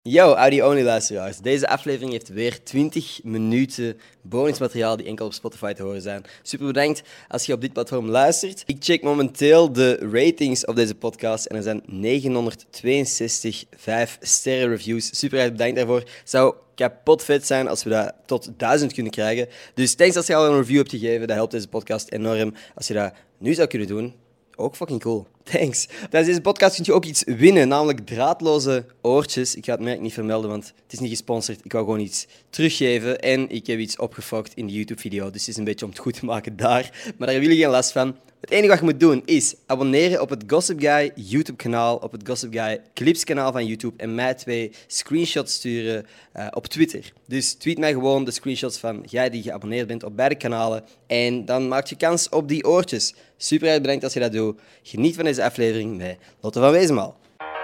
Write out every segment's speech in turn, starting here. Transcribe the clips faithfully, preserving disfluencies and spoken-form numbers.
Yo, audio-only luisteraars. Deze aflevering heeft weer twintig minuten bonusmateriaal die enkel op Spotify te horen zijn. Super bedankt als je op dit platform luistert. Ik check momenteel de ratings op deze podcast en er zijn negenhonderdtweeënzestig vijf-sterren reviews. Super erg bedankt daarvoor. Zou kapot vet zijn als we dat tot duizend kunnen krijgen. Dus thanks als je al een review hebt gegeven. Dat helpt deze podcast enorm. Als je dat nu zou kunnen doen, ook fucking cool. Thanks. Tijdens deze podcast kun je ook iets winnen, namelijk draadloze oortjes. Ik ga het merk niet vermelden, want het is niet gesponsord. Ik wou gewoon iets teruggeven en ik heb iets opgefokt in de YouTube-video. Dus het is een beetje om het goed te maken daar. Maar daar hebben jullie geen last van. Het enige wat je moet doen is abonneren op het Gossip Guy YouTube-kanaal, op het Gossip Guy Clips-kanaal van YouTube en mij twee screenshots sturen uh, op Twitter. Dus tweet mij gewoon de screenshots van jij die geabonneerd bent op beide kanalen en dan maak je kans op die oortjes. Super erg bedankt als je dat doet. Geniet van deze aflevering met Lotte van Wezenmaal.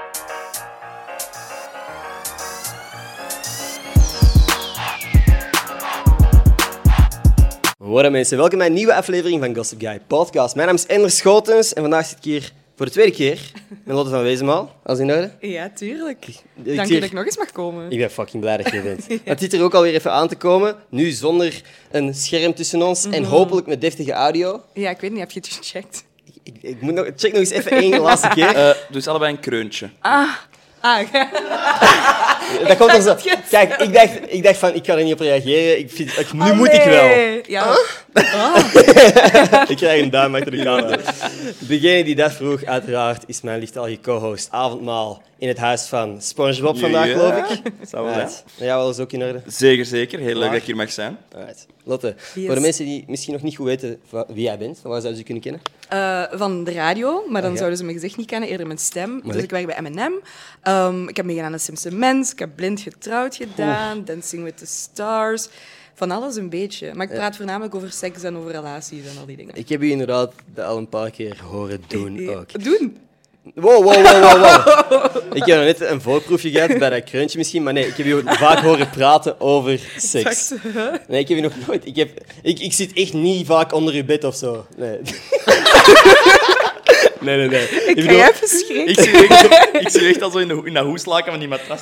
Hoi mensen, welkom bij een nieuwe aflevering van Gossip Guy Podcast. Mijn naam is Ender Schotens en vandaag zit ik hier voor de tweede keer met Lotte van Wezenmaal. Alles in orde? Ja, tuurlijk. Dank je dat ik nog eens mag komen. Ik ben fucking blij dat je bent. ja. Het zit er ook alweer even aan te komen. Nu zonder een scherm tussen ons mm-hmm. en hopelijk met deftige audio. Ja, ik weet niet, heb je het gecheckt? Ik, ik, ik moet nog, check nog eens even één laatste keer. Uh, dus allebei een kreuntje. Ah. Ah, okay. Dat komt er zo. Kijk, ik dacht, ik dacht van, ik kan er niet op reageren. Ik vind, ik, nu oh, moet nee. ik wel. Ja. Oh. Ik krijg een duim achter de camera. Degene die dat vroeg, uiteraard, is mijn lieftallige co-host Avondmaal in het huis van SpongeBob vandaag, ja. geloof ik. Zou wel zijn. Ja, wel eens ook in orde. Zeker, zeker. Heel leuk dat ik hier mag zijn. Alright. Lotte, yes. voor de mensen die misschien nog niet goed weten wie jij bent, van waar zouden ze je kunnen kennen? Uh, van de radio, maar dan okay. zouden ze mijn gezicht niet kennen, eerder mijn stem. Maar dus ik werk bij M en M. Um, ik heb meegedaan aan de Slimste Mens, ik heb Blind Getrouwd gedaan, Oeh. Dancing with the Stars. Van alles een beetje. Maar ik praat ja. voornamelijk over seks en over relaties en al die dingen. Ik heb je inderdaad al een paar keer horen doen ja. ook. Doen? Wow, wow, wow, wow, wow. Ik heb nog net een voorproefje gehad bij dat kreuntje misschien, maar nee, ik heb je vaak horen praten over seks. Nee, ik heb je nog nooit... Ik, heb, ik, ik zit echt niet vaak onder je bed of zo. Nee. Nee, nee, nee. Ik, ik bedoel, ga even schrikken. Ik zie echt, ik zie echt al zo in, de, in dat hoeslaken van die matras.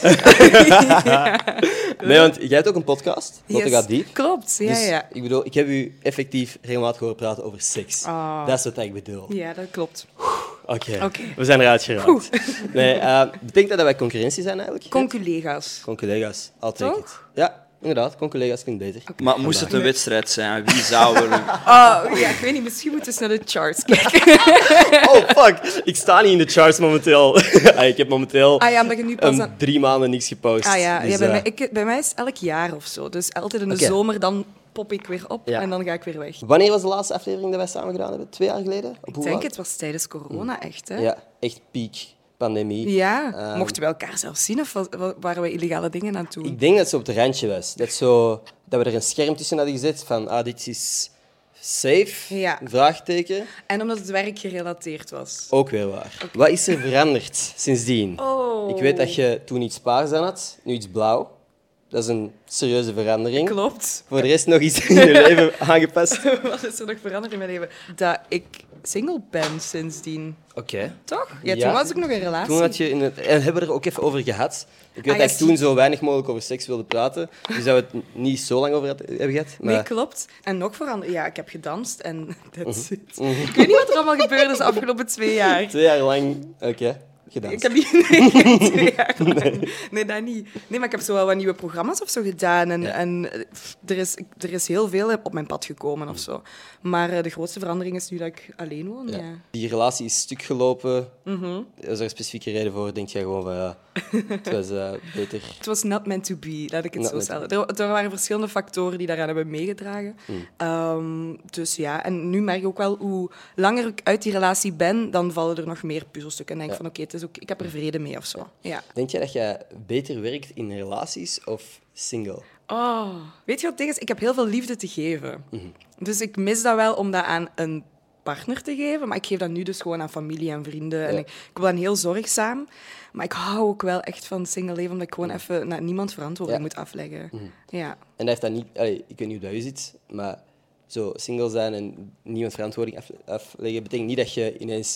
ja. Nee, want jij hebt ook een podcast. Yes. Lotte gaat diep. Klopt, ja, dus, ja. Ik bedoel, ik heb u effectief regelmatig horen praten over seks. Oh. Dat is wat ik bedoel. Ja, dat klopt. Oké, okay. okay. we zijn eruit geraakt. Nee, uh, betekent dat dat wij concurrentie zijn eigenlijk? Conculega's. Conculega's, altijd. Ja. Inderdaad, conculega's klinkt beter. Okay. Maar moest het een wedstrijd zijn? Wie zou er... Oh, ja, ik weet niet. Misschien moeten we eens naar de charts kijken. Oh, fuck. Ik sta niet in de charts momenteel. ah, ik heb momenteel ah, ja, omdat je nu pas um, aan... drie maanden niks gepost. Ah ja, dus, ja bij, uh... mij, ik, bij mij is het elk jaar of zo. Dus altijd in de okay. zomer, dan pop ik weer op ja. en dan ga ik weer weg. Wanneer was de laatste aflevering dat wij samen gedaan hebben? Twee jaar geleden? Op ik hoe denk lang? het was tijdens corona, echt. Hè? Ja, echt peak. Pandemie. Ja, um, mochten we elkaar zelf zien of waren we illegale dingen aan het doen? Ik denk dat het zo op het randje was. Dat, zo, dat we er een scherm tussen hadden gezet van ah, dit is safe, ja. vraagteken. En omdat het werk gerelateerd was. Ook weer waar. Okay. Wat is er veranderd sindsdien? Oh. Ik weet dat je toen iets paars aan had, nu iets blauw. Dat is een serieuze verandering. Klopt. Voor de rest nog iets in je leven aangepast? Wat is er nog veranderd in mijn leven? Dat ik single ben sindsdien. Oké. Okay. Toch? Ja, toen ja. was ik nog een relatie. Toen had je in het, en hebben we er ook even over gehad. Ik weet ah, dat ik toen zo weinig mogelijk over seks wilde praten. Dus dat we het niet zo lang over hebben gehad. Maar... Nee, klopt. En nog veranderd. Ja, ik heb gedanst en that's it. Mm-hmm. Ik weet niet wat er allemaal gebeurd is de afgelopen twee jaar. Twee jaar lang, oké. Okay. Ik heb niet... Nee, twee jaar lang. Nee. nee, dat niet. Nee, maar ik heb zo wel wat nieuwe programma's of zo gedaan. En, ja. en er, is, er is heel veel op mijn pad gekomen of zo. Maar uh, de grootste verandering is nu dat ik alleen woon. Ja. Ja. Die relatie is stuk gelopen. Mm-hmm. Is er een specifieke reden voor? Denk jij gewoon van ja, het was uh, beter? Het was not meant to be, laat ik het not zo stellen. Er, er waren verschillende factoren die daaraan hebben meegedragen. Mm. Um, dus ja, en nu merk ik ook wel hoe langer ik uit die relatie ben, dan vallen er nog meer puzzelstukken. En denk ja. van oké, okay, ook, ik heb er vrede mee of zo. Ja. Denk jij dat jij beter werkt in relaties of single? Oh, weet je wat het ding is? Ik heb heel veel liefde te geven. Mm-hmm. Dus ik mis dat wel om dat aan een partner te geven, maar ik geef dat nu dus gewoon aan familie en vrienden. Ja. En ik, ik ben heel zorgzaam, maar ik hou ook wel echt van single leven, omdat ik gewoon even naar niemand verantwoording ja. moet afleggen. Mm-hmm. Ja. En dat heeft dat niet... Allee, ik weet niet hoe dat u zit, maar zo single zijn en niemand verantwoording af, afleggen, betekent niet dat je ineens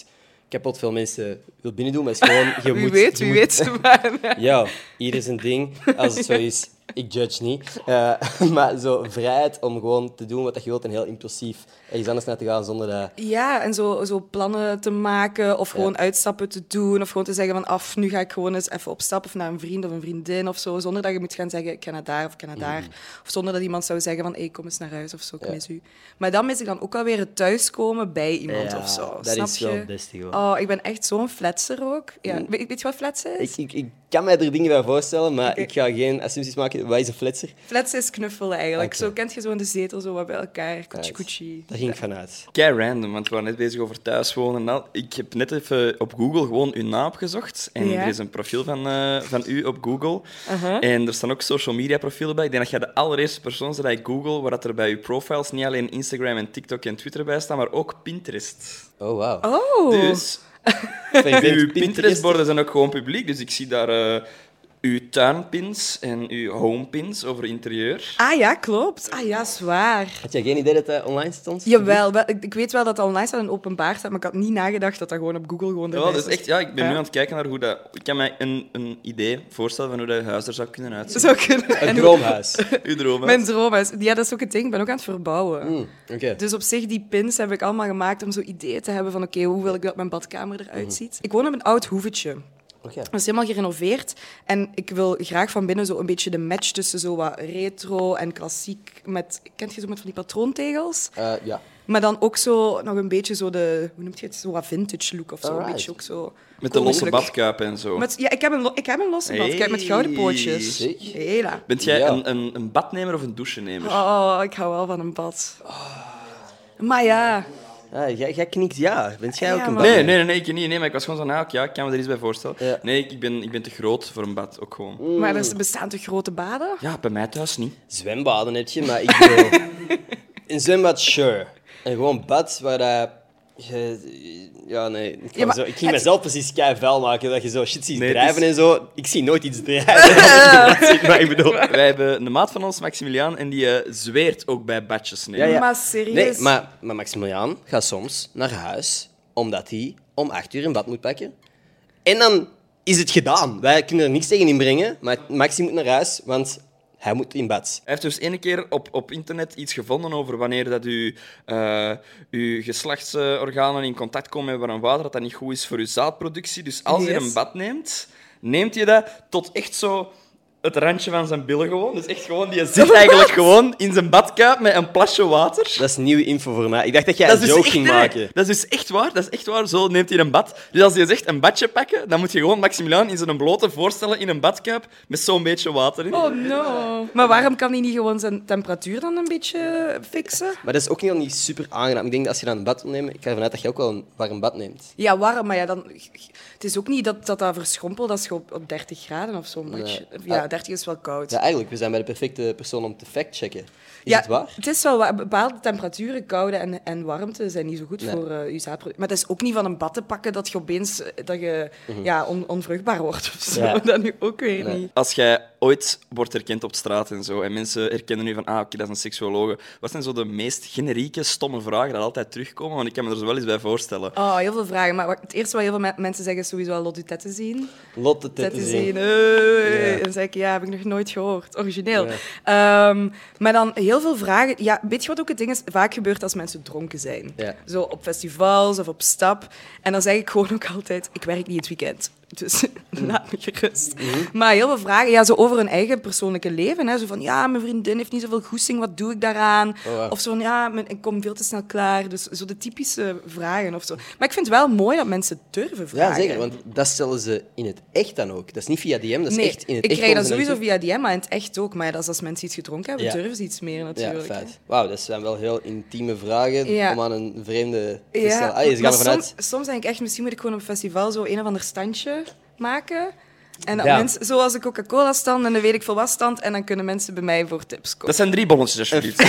kapot veel mensen wil binnen doen, maar het is gewoon... Je Wie moet, weet, je wie moet- weet. Maar, Ja, ieder zijn ding. Als het zo is, ik judge niet. Uh, maar zo vrijheid om gewoon te doen wat je wilt en heel impulsief ergens anders naar te gaan zonder dat... ja, en zo, zo plannen te maken of gewoon uitstappen te doen. Of gewoon te zeggen van af, nu ga ik gewoon eens even op stap of naar een vriend of een vriendin of zo. Zonder dat je moet gaan zeggen, ik ga naar daar of ik ga naar daar. Of zonder dat iemand zou zeggen van, hey, kom eens naar huis of zo, ik mis u. Maar dan mis ik dan ook alweer het thuiskomen bij iemand Ja, of zo. dat Snap is je? wel het beste gewoon. Oh, ik ben echt zo'n fletser ook. Ja. Weet, weet je wat fletsen is? Ik, ik, ik kan mij er dingen bij voorstellen, maar Oké. ik ga geen assumpties maken. Wat is een fletser? Fletsen is knuffelen eigenlijk. Oké. Zo kent je zo in de zetel, zo wat bij elkaar. Koetsie, koetsie. Daar ging ik vanuit. Kei random, want we waren net bezig over thuiswonen. en al. Ik heb net even op Google gewoon uw naam opgezocht. En Ja. er is een profiel van, eh, van u op Google. Uh-huh. En er staan ook social media profielen bij. Ik denk dat jij de allereerste persoon bent dat ik Google, waar dat er bij uw profiles niet alleen Instagram en TikTok en Twitter bij staan, maar ook Pinterest. Oh, wauw. Oh. Dus Je bent uw Pinterest-borden zijn ook gewoon publiek. Dus ik zie daar eh, uw tuinpins en uw homepins over interieur. Ah ja, klopt. Ah ja, zwaar. Had jij geen idee dat dat online stond? Jawel, wel, ik, ik weet wel dat het online staat en openbaar staat, maar ik had niet nagedacht dat dat gewoon op Google gewoon Ja, erbij dus stond. echt, ja, ik ben Ja. nu aan het kijken naar hoe dat... Ik kan mij een, een idee voorstellen van hoe dat huis er zou kunnen uitzien. Zou kunnen. Een En droomhuis. Uw droom. mijn droomhuis. Ja, dat is ook het ding. Ik ben ook aan het verbouwen. Mm, Oké. Dus op zich, die pins heb ik allemaal gemaakt om zo ideeën te hebben van oké, hoe wil ik dat mijn badkamer eruit ziet. Ik woon op een oud hoevetje. Oké. Dat is helemaal gerenoveerd. En ik wil graag van binnen zo een beetje de match tussen zo wat retro en klassiek. Met, kent je zo met van die patroontegels? Eh, ja. Maar dan ook zo nog een beetje zo de, hoe noemt je het, zo wat vintage look of zo. Een Alright. beetje ook zo Met de losse koninklijk. badkuip en zo. Met, ja, ik heb een, lo- ik heb een losse bad. Kijk, met gouden Hey. pootjes. Ziek. Hela. Bent jij Ja. een, een, een badnemer of een douchenemer? Oh, ik hou wel van een bad. Maar ja, Ah, jij, jij knikt ja. Bent jij Ja, ook een maar- Nee, badman? nee, nee, nee, ik niet. Nee, maar ik was gewoon zo, nou, ja, ik kan me er iets bij voorstellen. Ja. Nee, ik, ik, ben, ik ben te groot voor een bad, ook gewoon. maar er bestaan toch grote baden? Ja, bij mij thuis niet. Zwembaden heb je, maar ik bedoel... een zwembad, sure. En gewoon bad waar dat... je- ja, nee. Ik, Ja, maar zo, ik ging het- mezelf precies kei vuil maken, dat je zo shit ziet Nee, het drijven is- en zo. Ik zie nooit iets drijven. Maar ik bedoel... Wij hebben een maat van ons, Maximiliaan, en die eh, zweert ook bij badjes nemen. Ja, ja. Maar serieus? Nee, maar, maar Maximiliaan gaat soms naar huis omdat hij om acht uur een bad moet pakken. En dan is het gedaan. Wij kunnen er niks tegen inbrengen, maar Maxi moet naar huis, want hij moet in bad. Hij heeft dus ene keer op, op internet iets gevonden over wanneer dat u, eh, uw geslachtsorganen in contact komen met warm water, dat dat niet goed is voor uw zaadproductie. Dus als hij Yes. een bad neemt, neemt je dat tot echt zo het randje van zijn billen gewoon. Dus echt gewoon, die zit eigenlijk gewoon in zijn badkuip met een plasje water. Dat is nieuwe info voor mij. Ik dacht dat jij Dat een is, dus joke echt, ging nee, maken. dat is dus echt waar. Dat is echt waar. Zo neemt hij een bad. Dus als hij zegt een badje pakken, dan moet je gewoon Maximiliaan in zijn blote voorstellen in een badkuip met zo'n beetje water in. Oh no. Maar waarom kan hij niet gewoon zijn temperatuur dan een beetje fixen? Maar dat is ook niet, niet super aangenaam. Ik denk dat als je dan een bad wil nemen, ik ga ervan uit dat je ook wel een warm bad neemt. Ja, warm, maar ja, dan... Het is ook niet dat dat, dat verschrompelt als je op, op dertig graden of zo. Nee. Nee. Ja, dertig is wel koud. Ja, eigenlijk, we zijn bij de perfecte persoon om te factchecken. Is Ja, het waar? Het is wel waar. Bepaalde temperaturen, koude en, en warmte, zijn niet zo goed Nee. voor eh, je zaadproductie. Maar het is ook niet van een bad te pakken dat je opeens eh, dat je, ja, on, onvruchtbaar wordt of zo. Ja. Dat nu ook weer Nee. niet. Als jij ooit wordt herkend op straat en zo, en mensen herkennen nu van, ah, oké, dat is een seksuologe. Wat zijn zo de meest generieke, stomme vragen die altijd terugkomen? Want ik kan me er zo wel eens bij voorstellen. Oh, heel veel vragen. Maar wat- het eerste wat heel veel me- mensen zeggen is sowieso al lot uw tetten zien. Lotte te Tetten zien. zien. Hey. Ja. En dan zeg ik, ja, heb ik nog nooit gehoord. Origineel. Ehm, maar dan heel veel vragen. Ja, weet je wat ook het ding is? Vaak gebeurt als mensen dronken zijn. Ja. Zo op festivals of op stap. En dan zeg ik gewoon ook altijd, ik werk niet het weekend. Dus laat me gerust. Maar heel veel vragen ja, zo over hun eigen persoonlijke leven. Hè. Zo van, ja, mijn vriendin heeft niet zoveel goesting, wat doe ik daaraan? Oh, wow. Of zo van, ja, mijn- ik kom veel te snel klaar. Dus zo de typische vragen of zo. Maar ik vind het wel mooi dat mensen durven vragen. Ja, zeker, want dat stellen ze in het echt dan ook. Dat is niet via D M, dat is Nee, echt in het ik echt. krijg dat komen ze sowieso naar via D M, maar in het echt ook. Maar dat is als mensen iets gedronken hebben, Ja. durven ze iets meer je toe. natuurlijk. Ja, hè. feit. Wauw, dat zijn wel heel intieme vragen Ja. om aan een vreemde te Ja, stellen. Ah, ze gaan maar ervan soms, uit. soms denk ik echt, misschien moet ik gewoon op een festival zo een of ander standje maken. En dat Ja. mensen, zoals een Coca-Cola-stand en een weet ik veel wat stand. En dan kunnen mensen bij mij voor tips komen. Dat zijn drie bonnetjes, alsjeblieft.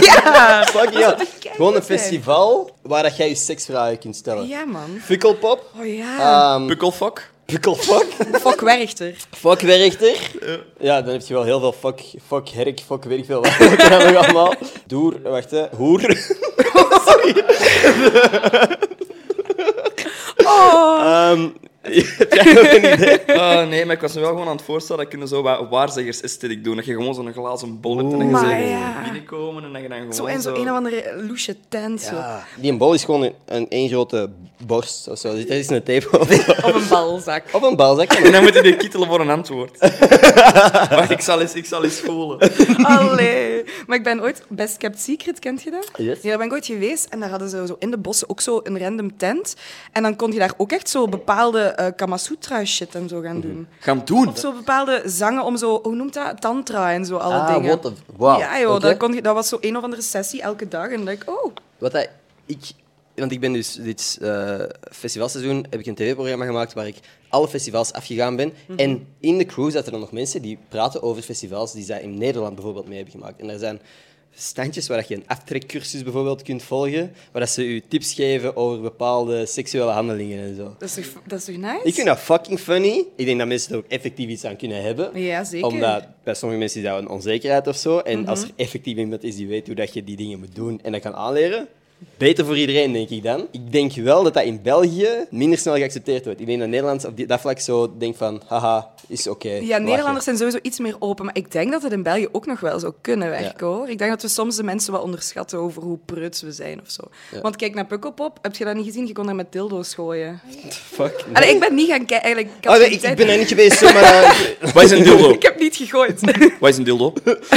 Ja! Fuck ja. kei Gewoon een goed zijn. festival waar dat jij je seksvragen kunt stellen. Ja, man. Fikkelpop. Oh ja. Um, Pukkelfok. Pukkelfuck. Fuck Werchter. Fuck Werchter. Ja, dan heb je wel heel veel fuck, fuck herk, fuck weet ik veel wat. Dat kan nog allemaal. Doer, wacht hè. Hoer. Oh. Um, heb jij nog een idee? Uh, nee, maar ik was me wel gewoon aan het voorstellen dat je zo wat waarzegers-aesthetic doen. Dat je gewoon zo'n glazen bol hebt en dan je Maar zegt, ja. binnenkomen en dat je dan gewoon Zo in zo'n een of andere loesje tent. Zo. Ja, die een bol is gewoon een, een één grote borst of zo. Er zit er is een tape op. Of een balzak. Of een balzak. En dan moet je die kittelen voor een antwoord. Wacht, ik zal eens, ik zal eens voelen. Allee. Maar ik ben ooit... Best Kept Secret, kent je dat? Yes. Ja, daar ben ik ooit geweest. En daar hadden ze zo in de bossen ook zo een random tent. En dan kon je daar ook echt zo bepaalde uh, Kama Sutra shit en zo gaan doen. Gaan doen. Of zo bepaalde zangen om zo... Hoe noemt dat? Tantra en zo, alle Ah, dingen. what the... Wow. Ja, joh. Oké. Dat, kon je, dat was zo een of andere sessie elke dag. En dan dacht ik, oh... Wat hij, ik, want ik ben dus dit uh, festivalseizoen heb ik een tv-programma gemaakt waar ik alle festivals afgegaan ben. Mhm. En in de crew zaten er nog mensen die praten over festivals die zij in Nederland bijvoorbeeld mee hebben gemaakt. En er zijn standjes waar je een aftrekcursus bijvoorbeeld kunt volgen, waar dat ze je tips geven over bepaalde seksuele handelingen en zo. Dat is toch, dat is toch nice? Ik vind dat fucking funny. Ik denk dat mensen er ook effectief iets aan kunnen hebben. Ja, zeker. Omdat bij sommige mensen is dat een onzekerheid of zo. En Mhm. als er effectief iemand is die weet hoe dat je die dingen moet doen en dat kan aanleren, beter voor iedereen, denk ik dan. Ik denk wel dat dat in België minder snel geaccepteerd wordt. Ik denk dat Nederland op die- dat vlak zo denkt van, haha, is oké. Ja, lachen. Nederlanders zijn sowieso iets meer open, maar ik denk dat het in België ook nog wel zou kunnen werken, hoor. Ik denk dat we soms de mensen wat onderschatten over hoe preuts we zijn of zo. Ja. Want kijk naar Pukkelpop, heb je dat niet gezien? Je kon daar met dildo's gooien. Fuck. Allee, ik ben niet gaan kijken. Eigenlijk, ik, had Oh, nee, geen ik, tijd. ik ben er niet geweest, zo, maar... uh, Wat is een dildo? Ik heb niet gegooid. Wat is een dildo?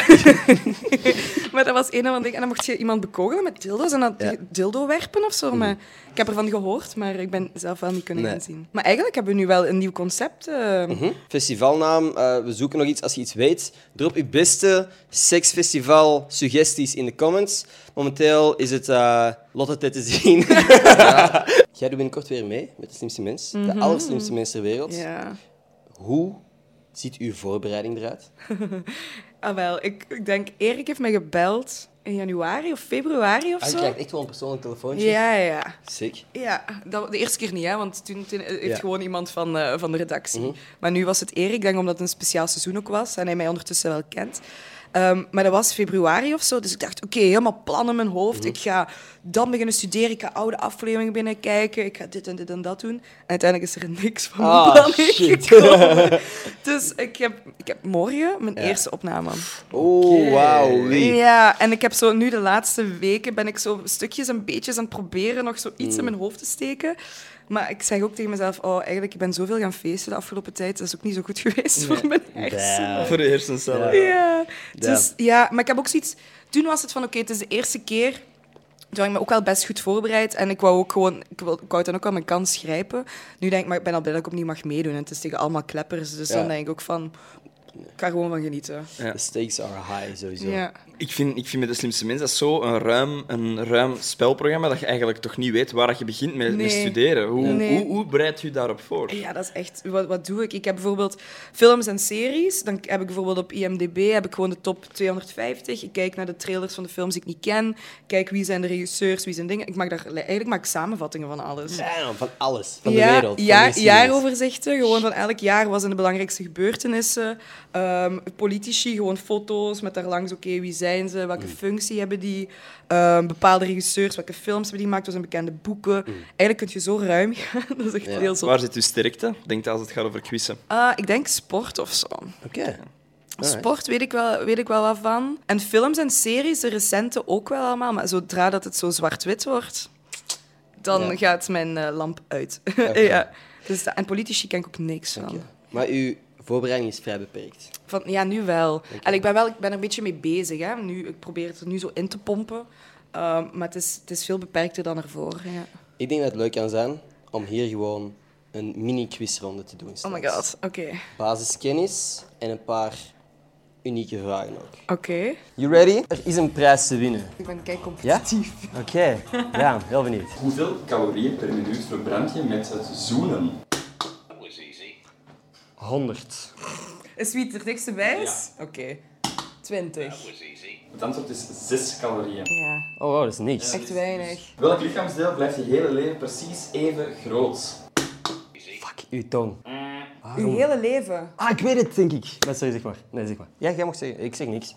Maar dat was een of andere ding. En dan mocht je iemand bekogelen met dildo's en dan Ja. dildo werpen of zo. Maar ik heb ervan gehoord, maar ik ben zelf wel niet kunnen Nee. gaan zien. Maar eigenlijk hebben we nu wel een nieuw concept. eh. Hm? Festivalnaam, uh, we zoeken nog iets. Als je iets weet, drop je beste seksfestival suggesties in de comments. Momenteel is het uh, Lotte Ted te zien. Ja. Jij doet binnenkort weer mee met de slimste mens. De allerslimste mens ter wereld. Ja. Hoe ziet uw voorbereiding eruit? Ah, wel. Ik, ik denk, Erik heeft mij gebeld in januari of februari of Ah, je zo. krijgt echt wel een persoonlijk telefoontje. Ja, ja. Sick. Ja, dat, de eerste keer niet, hè, want toen, toen heeft Ja. gewoon iemand van, eh, van de redactie. Mhm. Maar nu was het Erik, ik denk omdat het een speciaal seizoen ook was en hij mij ondertussen wel kent. Ehm, maar dat was februari of zo, dus ik dacht, oké, helemaal plan in mijn hoofd. Mhm. Ik ga dan beginnen studeren, ik ga oude afleveringen binnenkijken, ik ga dit en dit en dat doen. En uiteindelijk is er niks van mijn Ah, plan shit. gekomen. Dus ik heb, ik heb morgen mijn Ja. eerste opname. Oh, wauw. wie? Ja, en ik heb zo nu de laatste weken ben ik zo stukjes en beetjes aan het proberen nog zo iets in Mm. mijn hoofd te steken. Maar ik zeg ook tegen mezelf, oh, eigenlijk, ik ben zoveel gaan feesten de afgelopen tijd. Dat is ook niet zo goed geweest voor mijn hersenen. Damn. Voor de hersencellen. Ja, dus, ja, maar ik heb ook zoiets... Toen was het van, oké, het is de eerste keer. Toen had ik me ook wel best goed voorbereid. En ik wou ook gewoon... Ik wou, ik wou dan ook wel mijn kans grijpen. Nu denk ik, maar ik ben al blij dat ik opnieuw mag meedoen. En het is tegen allemaal kleppers. Dus Ja. dan denk ik ook van... Ik ga gewoon van genieten. Ja. The stakes are high, sowieso. Ja. Ik vind, ik vind met de slimste mens dat is zo een ruim, een ruim spelprogramma dat je eigenlijk toch niet weet waar dat je begint met, met Nee. studeren. Hoe, Nee. hoe, hoe bereid je daarop voor? Ja, dat is echt... Wat, wat doe ik? Ik heb bijvoorbeeld films en series. Dan heb ik bijvoorbeeld op I M D B heb ik gewoon de top tweehonderdvijftig. Ik kijk naar de trailers van de films die ik niet ken. Kijk wie zijn de regisseurs, wie zijn dingen. Ik maak daar, eigenlijk maak ik samenvattingen van alles. Damn, van alles. Van de Ja, wereld. Van ja, de geschiedenis. jaaroverzichten. Gewoon van elk jaar wat zijn de belangrijkste gebeurtenissen. Ehm, politici, gewoon foto's met daarlangs, oké, wie zijn ze, welke functie hebben die. Ehm, bepaalde regisseurs, welke films hebben die gemaakt, wat zijn bekende boeken. Eigenlijk kun je zo ruim gaan. Dat is echt Ja. heel zo. Waar zit uw sterkte? Denk je als het gaat over quizzen? Ah, ik denk sport of zo. Oké. Alright. Sport weet ik, wel, weet ik wel wat van. En films en series, de recente ook wel allemaal. Maar zodra dat het zo zwart-wit wordt, dan Ja. gaat mijn eh, lamp uit. Oké. ja. Dus dat- en politici ken ik ook niks van. Oké. Maar uw voorbereiding is vrij beperkt. Van, ja, nu wel. En ik ben wel ik ben er een beetje mee bezig. Hè. Nu, ik probeer het er nu zo in te pompen. Ehm, maar het is, het is veel beperkter dan ervoor. Ja. Ik denk dat het leuk kan zijn om hier gewoon een mini-quizronde te doen. Oh my straks. god, oké. Basiskennis en een paar unieke vragen ook. Oké. You ready? Er is een prijs te winnen. Ik ben kijk Ja? competitief. Oké. Ja, heel benieuwd. Hoeveel calorieën per minuut verbrand je met het zoenen? honderd. Is wie het er dichtst bij is? Oké. twintig. Het antwoord is zes calorieën. Ja, Oh, wow, dat is niks. echt weinig. Welk lichaamsdeel blijft je hele leven precies even groot? Fuck, uw tong. Uw hele leven. Ah, ik weet het, denk ik. Maar sorry, zeg maar. Nee, zeg maar. Ja, jij mag zeggen. Ik zeg niks.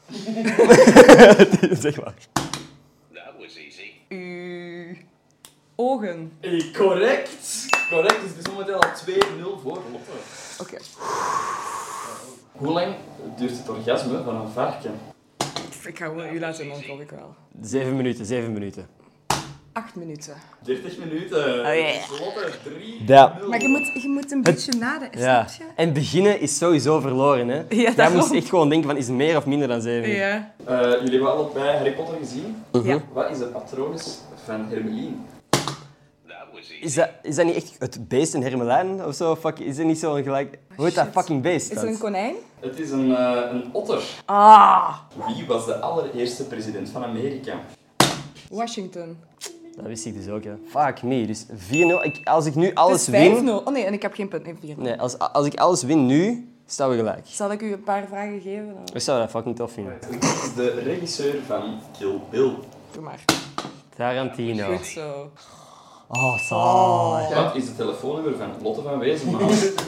zeg maar. Uw Ogen. Hey, correct. Correct, dus het is momenteel al twee nul voor Lotte. Oké. Okay. Hoe lang duurt het orgasme van een varken? Ik ga gewoon u laten antwoorden, ik wel. Zeven minuten, zeven minuten. Acht minuten. dertig minuten. Oh, yeah. Lotte, drie Ja. Maar je moet, je moet een beetje nadenken, Ja. snap je? En beginnen is sowieso verloren, hè? Jij daarom. moest echt gewoon denken van, is het meer of minder dan zeven minuten? Ja. Uh, jullie hebben allebei Harry Potter gezien. Mhm. Ja. Wat is de patronus van Hermeline? Is dat, is dat niet echt het beest in Hermelijn of zo? Fuck, is er niet zo'n gelijk... Hoe heet dat Shit. fucking beest? Is het een konijn? Het is een, uh, een otter. Ah! Wie was de allereerste president van Amerika? Washington. Dat wist ik dus ook, hè. Fuck me. Dus vier nul. Ik, als ik nu alles Het is vijf win... nul. Oh nee, en ik heb geen punt. Nee, vier nul. Nee, als, als ik alles win nu, staan we gelijk. Zal ik u een paar vragen geven? Dan? Ik zou dat fucking tof vinden. Wie is de regisseur van Kill Bill? Doe maar. Tarantino. Goed zo. Oh, saai. Wat is het telefoonnummer van Lotte van Wezenmaal?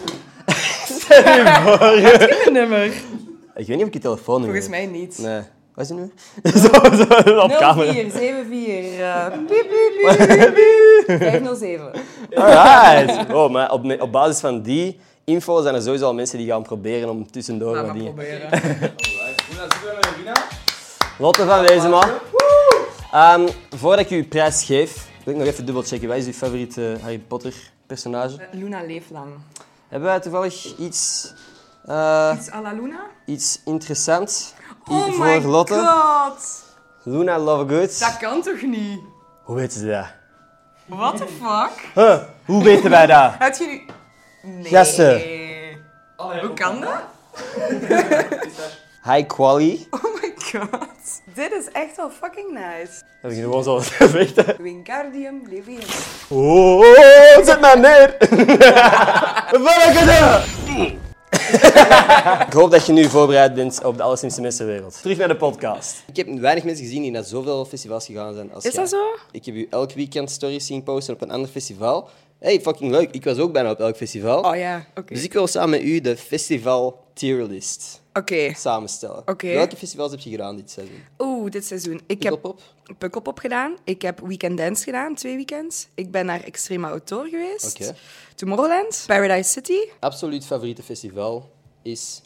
Een nummer. Ik weet niet of ik je telefoon Volgens mij niet. Nee. Wat is het nu? zo, zo, op camera. nul vier zeven vier. Uh, piep, piep, piep, piep. vijf nul zeven. Alright. Oh, maar op, op basis van die info zijn er sowieso al mensen die gaan proberen om tussendoor Laat wat maar die... proberen. Hoe dan zitten we met de winnaar? Lotte van Wezenmaal. Um, voordat ik u uw prijs geef, wil ik nog even dubbelchecken. Wat is uw favoriete Harry Potter personage? Luna leeft lang. Hebben wij toevallig iets, uh, Iets à la Luna? iets interessants i- Oh voor my Lotte? god. Luna Lovegood. Dat kan toch niet? Hoe weten ze dat? What the fuck? Huh, hoe weten wij dat? Had je nu... Nee. Gasten. Hoe kan dat? High quality. Oh my god. Dit is echt wel fucking nice. Dat is gewoon zo gezegd. Wingardium Leviosa. Oh, oh, zet mij neer. Varkenen! Ik hoop dat je nu voorbereid bent op de allerslimste mensen ter wereld. Terug naar de podcast. Ik heb weinig mensen gezien die naar zoveel festivals gegaan zijn als Is jij. dat zo? Ik heb u elk weekend stories zien posten op een ander festival. Hey, fucking leuk. Ik was ook bijna op elk festival. Oh ja, oké. Dus ik wil samen met u de festival tierlist Oké. samenstellen. Oké. Welke festivals heb je gedaan dit seizoen? Oeh, dit seizoen. Ik heb Pukkelpop? Pukkelpop gedaan. Ik heb Weekend Dance gedaan, twee weekends. Ik ben naar Extrema Outdoor geweest. Oké. Tomorrowland. Paradise City. Absoluut favoriete festival is...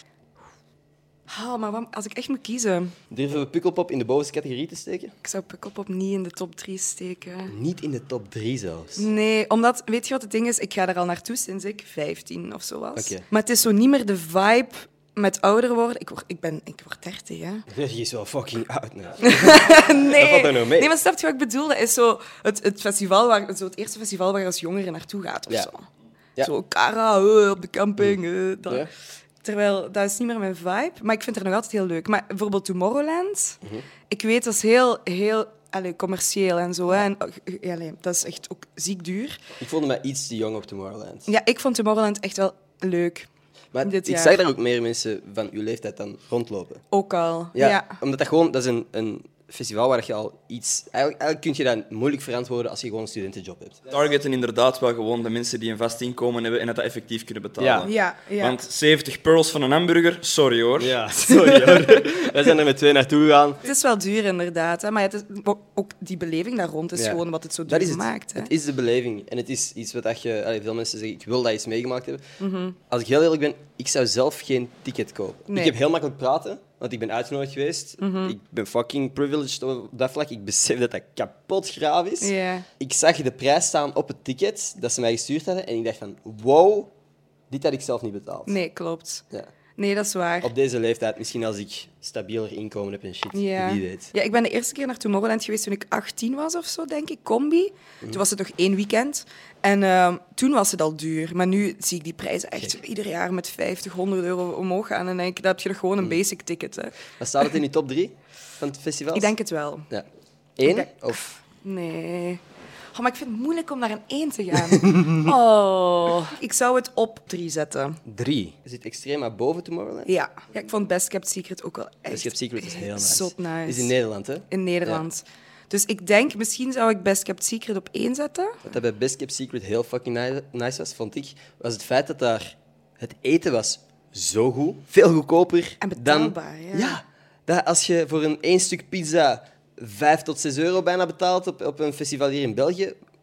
Oh, maar wat, als ik echt moet kiezen... Durven we Pukkelpop in de bovenste categorie te steken? Ik zou Pukkelpop niet in de top drie steken. Niet in de top drie zelfs. Nee, omdat, weet je wat het ding is? Ik ga er al naartoe sinds ik vijftien of zo was. Oké. Maar het is zo niet meer de vibe met ouder worden. Ik word, ik ben, ik word dertig, hè. Je is wel fucking oud. Nee. Nee. Dat valt er nog mee. Nee, maar snap je wat ik bedoel? Dat is zo het, het, festival waar, zo het eerste festival waar je als jongere naartoe gaat, of Ja. zo. Ja. Zo, Cara, eh, op de camping. eh, dat. Ja. Terwijl, dat is niet meer mijn vibe. Maar ik vind het nog altijd heel leuk. Maar bijvoorbeeld Tomorrowland, Mhm. ik weet, dat is heel, heel allee, commercieel en zo. Hè. En, oh, ja, allee, dat is echt ook ziek duur. Ik voelde me iets te jong op Tomorrowland. Ja, ik vond Tomorrowland echt wel leuk. Maar dit ik jaar. zag daar ook meer mensen van uw leeftijd dan rondlopen. Ook al. Ja, Ja. omdat dat gewoon... Dat is een, een festival waar je al iets... Eigenlijk, eigenlijk kun je dat moeilijk verantwoorden als je gewoon een studentenjob hebt. Targeten inderdaad wel gewoon de mensen die een vast inkomen hebben en dat, dat effectief kunnen betalen. Ja, ja. Want zeventig pearls van een hamburger, sorry hoor. Ja, sorry hoor. Wij zijn er met twee naartoe gegaan. Het is wel duur, inderdaad. Hè. Maar het is, ook die beleving daar rond is Ja. gewoon wat het zo duur Dat is het. maakt. Hè. Het is de beleving. En het is iets wat dat je... Allee, veel mensen zeggen, ik wil dat eens meegemaakt hebben. Mhm. Als ik heel eerlijk ben, ik zou zelf geen ticket kopen. Nee. Ik heb heel makkelijk praten, want ik ben uitgenodigd geweest. Mhm. Ik ben fucking privileged op dat vlak. Ik besef dat dat kapot graaf is. Ja. Ik zag de prijs staan op het ticket dat ze mij gestuurd hadden en ik dacht van, wow, dit had ik zelf niet betaald. Nee, klopt. Ja. Nee, dat is waar. Op deze leeftijd, misschien als ik stabieler inkomen heb en shit, Ja. wie weet. Ja, ik ben de eerste keer naar Tomorrowland geweest toen ik achttien was of zo, denk ik. Combi. Toen was het nog één weekend. En ehm, toen was het al duur. Maar nu zie ik die prijzen echt Gek. ieder jaar met vijftig, honderd euro omhoog gaan. En dan denk ik, dan heb je nog gewoon een basic ticket. Hè. Wat staat het in die top drie van het festival? Ik denk het wel. Ja. Eén? denk- Of... Nee. Oh, maar ik vind het moeilijk om naar een één te gaan. Oh. Ik zou het op drie zetten. Drie. Je zit extreem aan boven Tomorrowland. Ja. Ja, ik vond Best Kept Secret ook wel echt... Best Kept Secret is heel nice. Zot nice. Is in Nederland, hè? In Nederland. Dus ik denk, misschien zou ik Best Kept Secret op één zetten. Wat dat bij Best Kept Secret heel fucking ni- nice was, vond ik, was het feit dat daar het eten was zo goed. Veel goedkoper En dan... betaalbaar, ja. Ja. Dat als je voor een één stuk pizza vijf tot zes euro bijna betaalt op, op een festival hier in België,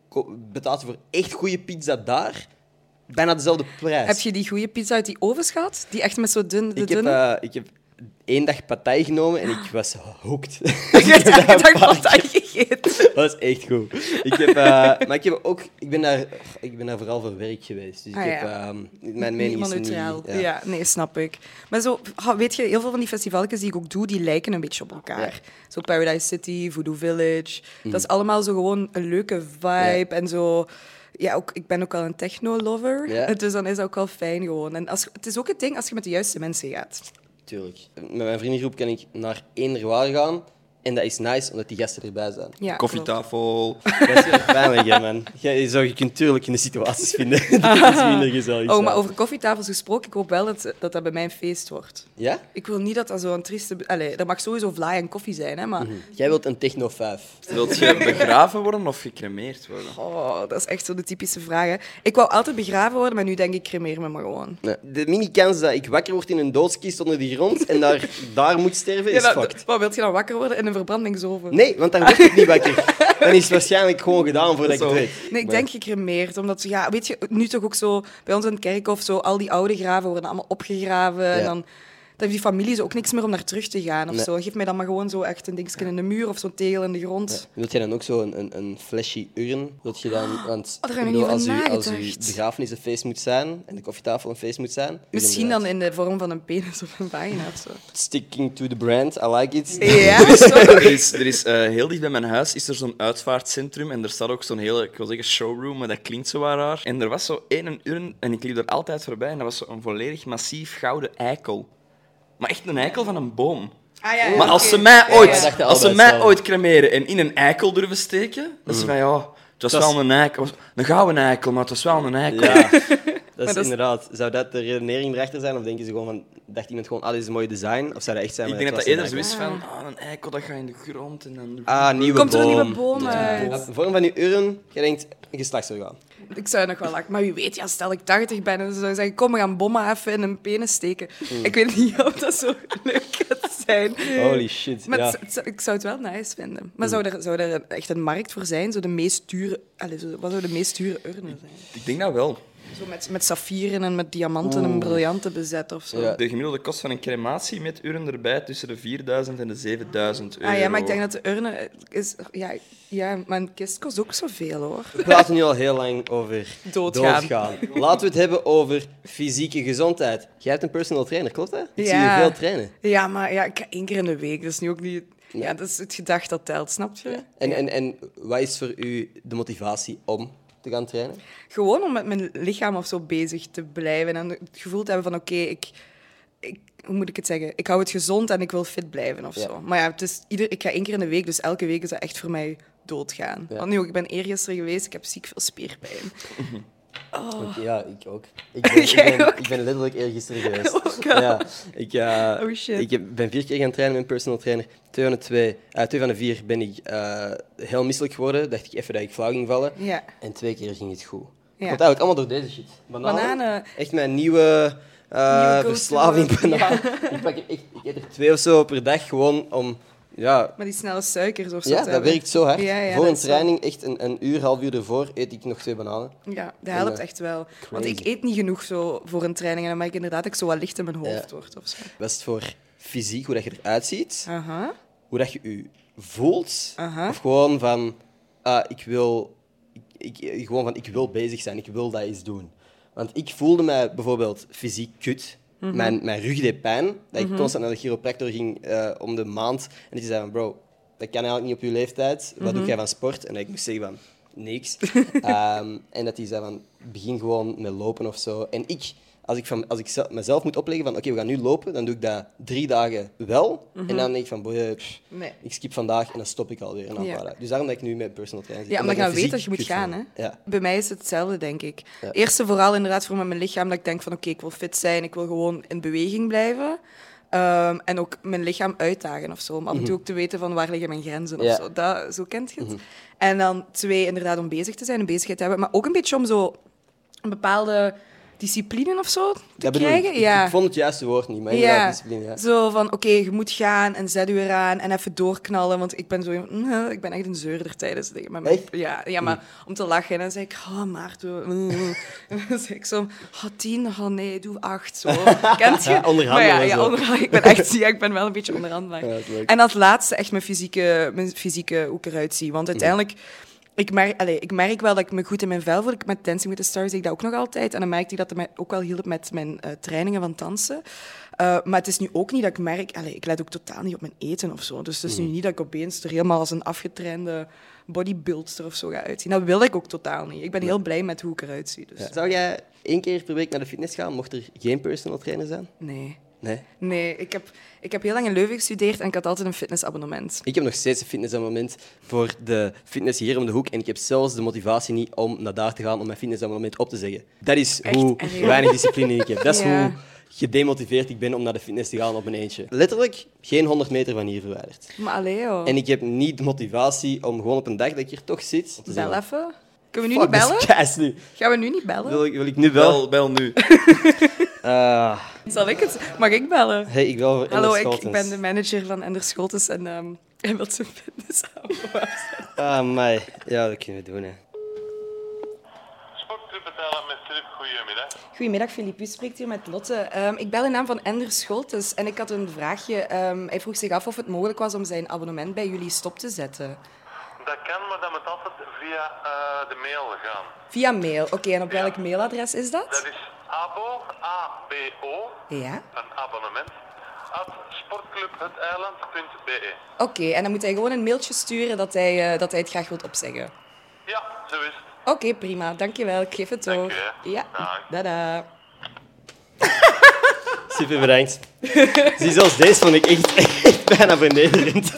ko- betaalt je voor echt goede pizza daar bijna dezelfde prijs. Heb je die goede pizza uit die ovens gehad? Die echt met zo dun, de ik, heb, dunne? uh, ik heb één dag partij genomen en ik was hooked. Ik heb elke dag partij gegeten. Dat was echt goed. Ik heb, uh, maar ik, heb ook, ik, ben daar, ik ben daar vooral voor werk geweest. Dus ik Ah, heb, ja. um, mijn mening is neutraal. niet... Ja. nee, snap ik. Maar zo, ha, weet je, heel veel van die festivalletjes die ik ook doe, die lijken een beetje op elkaar. Ja. Zo Paradise City, Voodoo Village. Mm. Dat is allemaal zo gewoon een leuke vibe Ja. en zo... Ja, ook, ik ben ook wel een techno-lover, Ja. dus dan is dat ook wel fijn gewoon. En als, het is ook het ding als je met de juiste mensen gaat. Tuurlijk. Met mijn vriendengroep kan ik naar één waar gaan. En dat is nice, omdat die gasten erbij zijn. Ja, Koffietafel. Dat is heel pijnlijk, hè, man. Je, zou je kunt tuurlijk in de situaties vinden. Dat is minder gezellig. Oh, zijn. maar over koffietafels gesproken, ik hoop wel dat dat, dat bij mij een feest wordt. Ja? Ik wil niet dat dat zo'n trieste... Allee, dat mag sowieso vlaai en koffie zijn, hè, maar... Jij wilt een techno vijf. Wilt je begraven worden of gecremeerd worden? Oh, dat is echt zo de typische vraag, hè. Ik wou altijd begraven worden, maar nu denk ik, cremeer me maar gewoon. Nee. De mini-kans dat ik wakker word in een doodskist onder de grond en daar, daar moet sterven, is Ja, dat- fucked. Wat, wil je dan wakker worden in een verbrandingsoven? Nee, want dan word ik niet wakker. Dan is het waarschijnlijk gewoon gedaan voordat ik Zo. het weet. Nee, ik Maar- denk gecremeerd. Omdat, ja, weet je, nu toch ook zo... Bij ons in het kerkhof, zo, al die oude graven worden allemaal opgegraven. En dan, dan heeft die familie ook niks meer om naar terug te gaan. Of Nee. zo. Geef mij dan maar gewoon zo echt een dingetje in de muur of zo'n tegel in de grond. Wilt je dan ook zo een, een, een flesje urn? Wilt je dan, want Oh, daar heb ik ik niet bedoel, over als, u, als uw nagedacht. begrafenis een feest moet zijn en de koffietafel een feest moet zijn... urn Misschien eruit. dan in de vorm van een penis of een vagina of zo. Sticking to the brand, I like it. Ja, zo. Er is, er is eh, heel dicht bij mijn huis is er zo'n uitvaartcentrum en er staat ook zo'n hele, ik wil zeggen showroom, maar dat klinkt zo waar raar. En er was zo één urn en ik liep er altijd voorbij en dat was zo een volledig massief gouden eikel. Maar echt een eikel van een boom. Ah, ja, ja, Maar als oké. ze mij Ja, ooit, ja. Ik dacht dat als ze altijd mij hetzelfde. ooit cremeren en in een eikel durven steken, dan is van ja, het was Dat is- wel een eikel. Een gouden eikel, maar het was wel een eikel. Ja, dat is dat is- inderdaad. Zou dat de redenering erachter zijn? Of denken ze gewoon van, dacht iemand gewoon, ah, dit is een mooi design? Of zou dat echt zijn? Ik maar denk dat het dat was eerder een zo is eikel? van, ah, een eikel dat gaat in de grond en dan... Ah, nieuwe Komt er een boom. nieuwe boom uit? De vorm van je urn, je denkt, een geslachtsorgaan. Ik zou nog wel lachen. Maar wie weet, ja, stel ik tachtig ben en ze zou zeggen, kom, we gaan bommen even in een penis steken. Ik weet niet of dat zo leuk gaat zijn. Holy shit, Maar ja. het- het zou- ik zou het wel nice vinden. Maar zou er, zou er echt een markt voor zijn? Zo de meest dure... Allez, zo, wat zou de meest dure urnen zijn? Ik denk dat wel. Zo met, met saffieren en met diamanten en briljanten bezet of zo. Ja. De gemiddelde kost van een crematie met urn erbij tussen de vierduizend en de zevenduizend euro. Ah ja, maar ik denk dat de urne is... Ja, ja, maar een kist kost ook zoveel, hoor. We praten nu al heel lang over Doodgaan. Laten we het hebben over fysieke gezondheid. Jij hebt een personal trainer, klopt dat? Ik zie Ja. je veel trainen. Ja, maar ja, ik ga één keer in de week. Dat is nu ook niet... Ja, dat is het gedacht dat telt, snap je? En, en, en wat is voor u de motivatie om te gaan trainen? Gewoon om met mijn lichaam of zo bezig te blijven. En het gevoel te hebben van, oké, ik, ik... Hoe moet ik het zeggen? Ik hou het gezond en ik wil fit blijven of Ja. zo. Maar ja, het is ieder, ik ga één keer in de week, dus elke week is dat echt voor mij doodgaan. Ja. Want nu ook, ik ben eergisteren geweest, ik heb ziek veel spierpijn. Oké, ja, ik ook. Ik ben, ik Jij ben, ook? ik ben letterlijk eergisteren geweest. Oh, God. Ja, ik, eh, Oh, shit. ik heb, ben vier keer gaan trainen met een personal trainer. Twee van de, twee, eh, twee van de vier ben ik eh, heel misselijk geworden. Dacht ik even dat ik flauw ging vallen. Ja. En twee keer ging het goed. Ja. Want eigenlijk allemaal door deze shit. Bananen. Bananen. Echt mijn nieuwe, eh, Nieuwe go-to. verslaving banaan. Ik, pak er echt, ik eet er twee of zo per dag gewoon om... Ja, Maar die snelle suikers of zo. ja te dat hebben. werkt zo hard. Ja, ja, Voor dat een is zo. training, echt een, een uur, half uur ervoor, eet ik nog twee bananen. Ja, dat helpt En, eh, echt wel. Want crazy. ik eet niet genoeg zo voor een training en dan merk ik inderdaad dat ik zo wat licht in mijn hoofd Ja. word of zo. Dat is het voor fysiek, hoe dat je eruit ziet. Aha. Hoe dat je je voelt. Aha. Of gewoon van, ah, ik wil... Ik, ik- gewoon van, ik wil bezig zijn, ik wil dat eens doen. Want ik voelde mij bijvoorbeeld fysiek kut. Mhm. Mijn, mijn rug deed pijn. Dat ik constant naar de chiropractor ging eh, om de maand. En die zei van, bro, dat kan eigenlijk niet op je leeftijd. Wat Mhm. doe jij van sport? En dat ik moest zeggen van, niks. Ehm, en dat hij zei van, begin gewoon met lopen of zo. En ik, als ik, van, als ik zelf- mezelf moet opleggen van, oké, we gaan nu lopen, dan doe ik dat drie dagen wel. En dan denk ik van, boy, pff, Nee. ik skip vandaag en dan stop ik alweer. En dan Ja. paar dagen. Dus daarom dat ik nu met personal trainer zit. Ja, omdat je nou me weet dat je fysiek moet kut gaan, voel. hè? Ja. Bij mij is het hetzelfde, denk ik. Ja. Eerst en vooral inderdaad voor met mijn lichaam dat ik denk van oké, ik wil fit zijn, ik wil gewoon in beweging blijven. Ehm, en ook mijn lichaam uitdagen of zo. Om af en toe ook te weten van waar liggen mijn grenzen of Ja. zo. Dat, zo kent je het. En dan twee, inderdaad om bezig te zijn, een bezigheid te hebben. Maar ook een beetje om zo een bepaalde discipline of zo te Dat bedoel krijgen. ik. Ik- Ja. Ik vond het juiste woord niet, maar Ja. inderdaad, discipline. Ja. Zo van, oké, je moet gaan en zet u eraan en even doorknallen. Want ik ben zo... mm, ik ben echt een zeurder tijdens dingen. met mijn- Echt? Ja, ja, maar om te lachen. En dan zeg ik, oh, Maarten... mm. En dan zeg ik zo, oh, tien, oh nee, doe acht. Zo. Kent je? Ja, onderhandelen Maar ja, en ja, zo. onderhandelen. Ik ben echt... Ja, ik ben wel een beetje onderhandelaar. Ja, dat is leuk. En als laatste echt mijn fysieke, mijn fysieke hoe ik eruit zie. Want uiteindelijk... Ik merk, allez, ik merk wel dat ik me goed in mijn vel voel. Ik met Dancing with the Stars deed ik dat ook nog altijd. En dan merkte ik dat het mij ook wel hielp met mijn uh, trainingen van dansen. Uh, maar het is nu ook niet dat ik merk... Allez, ik let ook totaal niet op mijn eten of zo. Dus het is nu niet dat ik opeens er helemaal als een afgetrainde bodybuildster of zo ga uitzien. Dat wil ik ook totaal niet. Ik ben heel blij met hoe ik eruit zie. Dus. Ja. Zou jij één keer per week naar de fitness gaan, mocht er geen personal trainer zijn? Nee. Nee. Nee, ik heb, ik heb heel lang in Leuven gestudeerd en ik had altijd een fitnessabonnement. Ik heb nog steeds een fitnessabonnement voor de fitness hier om de hoek. En ik heb zelfs de motivatie niet om naar daar te gaan om mijn fitnessabonnement op te zeggen. Dat is Echt hoe erg. weinig discipline ik heb. Dat is Ja. hoe gedemotiveerd ik ben om naar de fitness te gaan op mijn eentje. Letterlijk geen honderd meter van hier verwijderd. Maar allee, joh. En ik heb niet de motivatie om gewoon op een dag dat ik hier toch zit... om te Bel zeggen, even. Kunnen we nu fuck niet this bellen? guys nu. Gaan we nu niet bellen? Wil ik, wil ik nu wel? Bel, bel nu. Ah, Zal ik het? Mag ik bellen? hey, ik wil voor Hallo, Ender ik, ik Scholtens. ben de manager van Ender Scholtens en um, hij wil zijn fitnessabonnement. Ah, mij. Ja, dat kunnen we doen, hè. Sportclub betalen met Filip, goedemiddag. Goedemiddag, Filip. U spreekt hier met Lotte. Um, ik bel in naam van Ender Scholtens en ik had een vraagje. Um, hij vroeg zich af of het mogelijk was om zijn abonnement bij jullie stop te zetten. Dat kan, maar dat moet altijd via uh, de mail gaan. Via mail. Oké, okay, en op welk mailadres is dat? Dat is abo, A B O, Ja. een abonnement, at sportclubheteiland punt b e. Oké, okay, en dan moet hij gewoon een mailtje sturen dat hij, uh, dat hij het graag wilt opzeggen. Ja, zo is het. Oké, okay, prima. Dankjewel. Ik geef het door. Dank je. Ja, Dag. dada. Super bedankt. Zie, zelfs deze vond ik echt, echt bijna vernederend.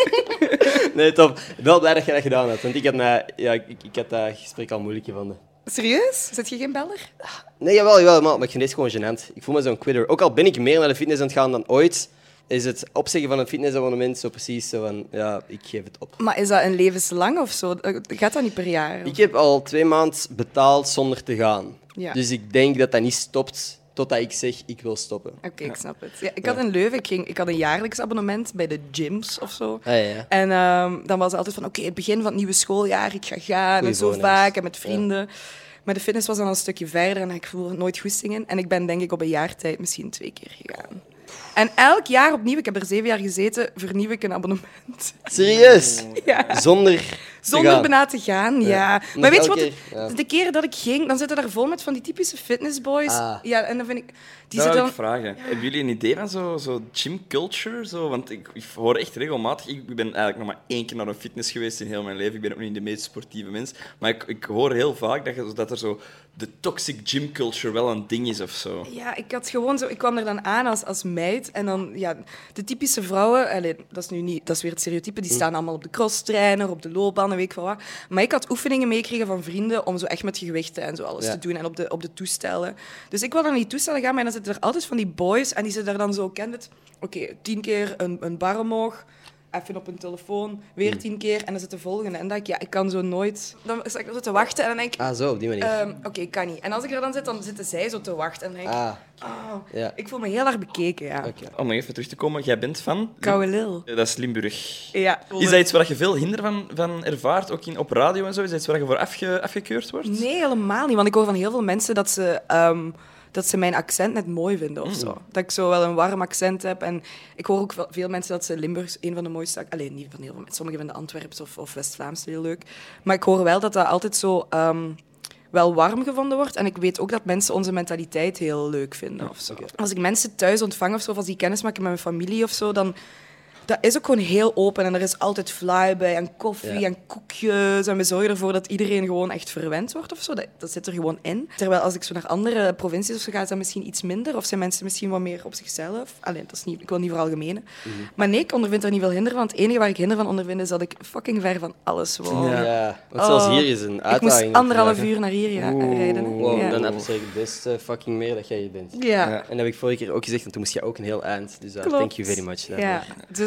Nee, top. Wel blij dat je dat gedaan hebt, want ik had, mij, ja, ik, ik had dat gesprek al moeilijk gevonden. Serieus? Zet je geen beller? Nee, jawel, jawel, maar ik vind deze gewoon gênant. Ik voel me zo'n quitter. Ook al ben ik meer naar de fitness aan het gaan dan ooit, is het opzeggen van een fitnessabonnement zo precies zo van, ja, ik geef het op. Maar is dat een levenslang of zo? Gaat dat niet per jaar? Of? Ik heb al twee maanden betaald zonder te gaan. Ja. Dus ik denk dat dat niet stopt totdat ik zeg, ik wil stoppen. Oké, okay, ik snap het. Ja, ik had in Leuven, ik, ging, ik had een jaarlijks abonnement bij de gyms of zo. Ah, ja, ja. En um, dan was het altijd van, oké, okay, het begin van het nieuwe schooljaar, ik ga gaan Goeie en zo voornemens. vaak en met vrienden. Ja. Maar de fitness was dan een stukje verder en ik voelde nooit goesting in. En ik ben denk ik op een jaar tijd misschien twee keer gegaan. En elk jaar opnieuw, ik heb er zeven jaar gezeten, vernieuw ik een abonnement. Serieus? Ja. Zonder te Zonder gaan. bijna te gaan, ja. Ja. Maar Nog weet je wat? elke De, keer, ja. de keren dat ik ging, dan zitten daar vol met van die typische fitnessboys. Ah. Ja, en dan vind ik... Die Dat wil zitten ik dan... vragen. Hebben jullie een idee van zo, zo gym culture? Zo? Want ik, ik hoor echt regelmatig... Ik ben eigenlijk nog maar één keer naar een fitness geweest in heel mijn leven. Ik ben ook niet de meest sportieve mens. Maar ik, ik hoor heel vaak dat, je, dat er zo... De toxic gym culture wel een ding is of zo. Ja, ik had gewoon zo... Ik kwam er dan aan als, als meid en dan... Ja, de typische vrouwen... Allee, dat is nu niet... Dat is weer het stereotype. Die staan allemaal op de crosstrainer, op de loopbaan, en weet ik veel wat. Maar ik had oefeningen meekregen van vrienden om zo echt met gewichten en zo alles Ja. te doen en op de, op de toestellen. Dus ik wil dan die toestellen gaan, maar dan zitten er altijd van die boys en die zitten daar dan zo... Ken het? Oké, okay, tien keer een, een bar omhoog, even op een telefoon, weer tien keer en dan zit de volgende. En dan denk ik, ja, ik kan zo nooit... Dan sta ik zo te wachten en dan denk ik... Ah, zo, op die manier. Um, Oké, okay, kan niet. En als ik er dan zit, dan zitten zij zo te wachten. En dan denk ik, ah, oh, ja. ik voel me heel erg bekeken, ja. Oké. Om nog even terug te komen, jij bent van... Koude lul. Ja, dat is Limburg. Ja. Is dat iets waar je veel hinder van, van ervaart, ook in, op radio en zo? Is dat iets waar je voor afge, afgekeurd wordt? Nee, helemaal niet. Want ik hoor van heel veel mensen dat ze, um, dat ze mijn accent net mooi vinden of zo. Dat ik zo wel een warm accent heb. En ik hoor ook wel veel mensen dat ze Limburgs een van de mooiste... Alleen niet van heel veel mensen. Sommigen vinden Antwerps of, of West-Vlaams heel leuk. Maar ik hoor wel dat dat altijd zo... Um, wel warm gevonden wordt. En ik weet ook dat mensen onze mentaliteit heel leuk vinden. Of zo. Okay. Als ik mensen thuis ontvang of zo, of als die kennis maken met mijn familie of zo, dan... Dat is ook gewoon heel open en er is altijd fly bij en koffie Ja. en koekjes. En we zorgen ervoor dat iedereen gewoon echt verwend wordt of zo. Dat, dat zit er gewoon in. Terwijl als ik zo naar andere provincies of zo ga, is dat misschien iets minder. Of zijn mensen misschien wat meer op zichzelf. Allee, dat is niet, ik wil niet veralgemenen. Mm-hmm. Maar nee, ik ondervind er niet veel hinder van. Het enige waar ik hinder van ondervind is dat ik fucking ver van alles woon. Ja. Ja. Want zelfs Oh, hier is een Ik uitdaging. moest anderhalf vandaag, hè. uur naar hier ja, Oeh. rijden. Wow, ja. dan apprecieer ik het best uh, fucking meer dat jij hier bent. Ja. Ja. En dat heb ik vorige keer ook gezegd, en toen moest jij ook een heel eind. Dus uh, Klopt. thank you very much. daarvoor. Ja, dus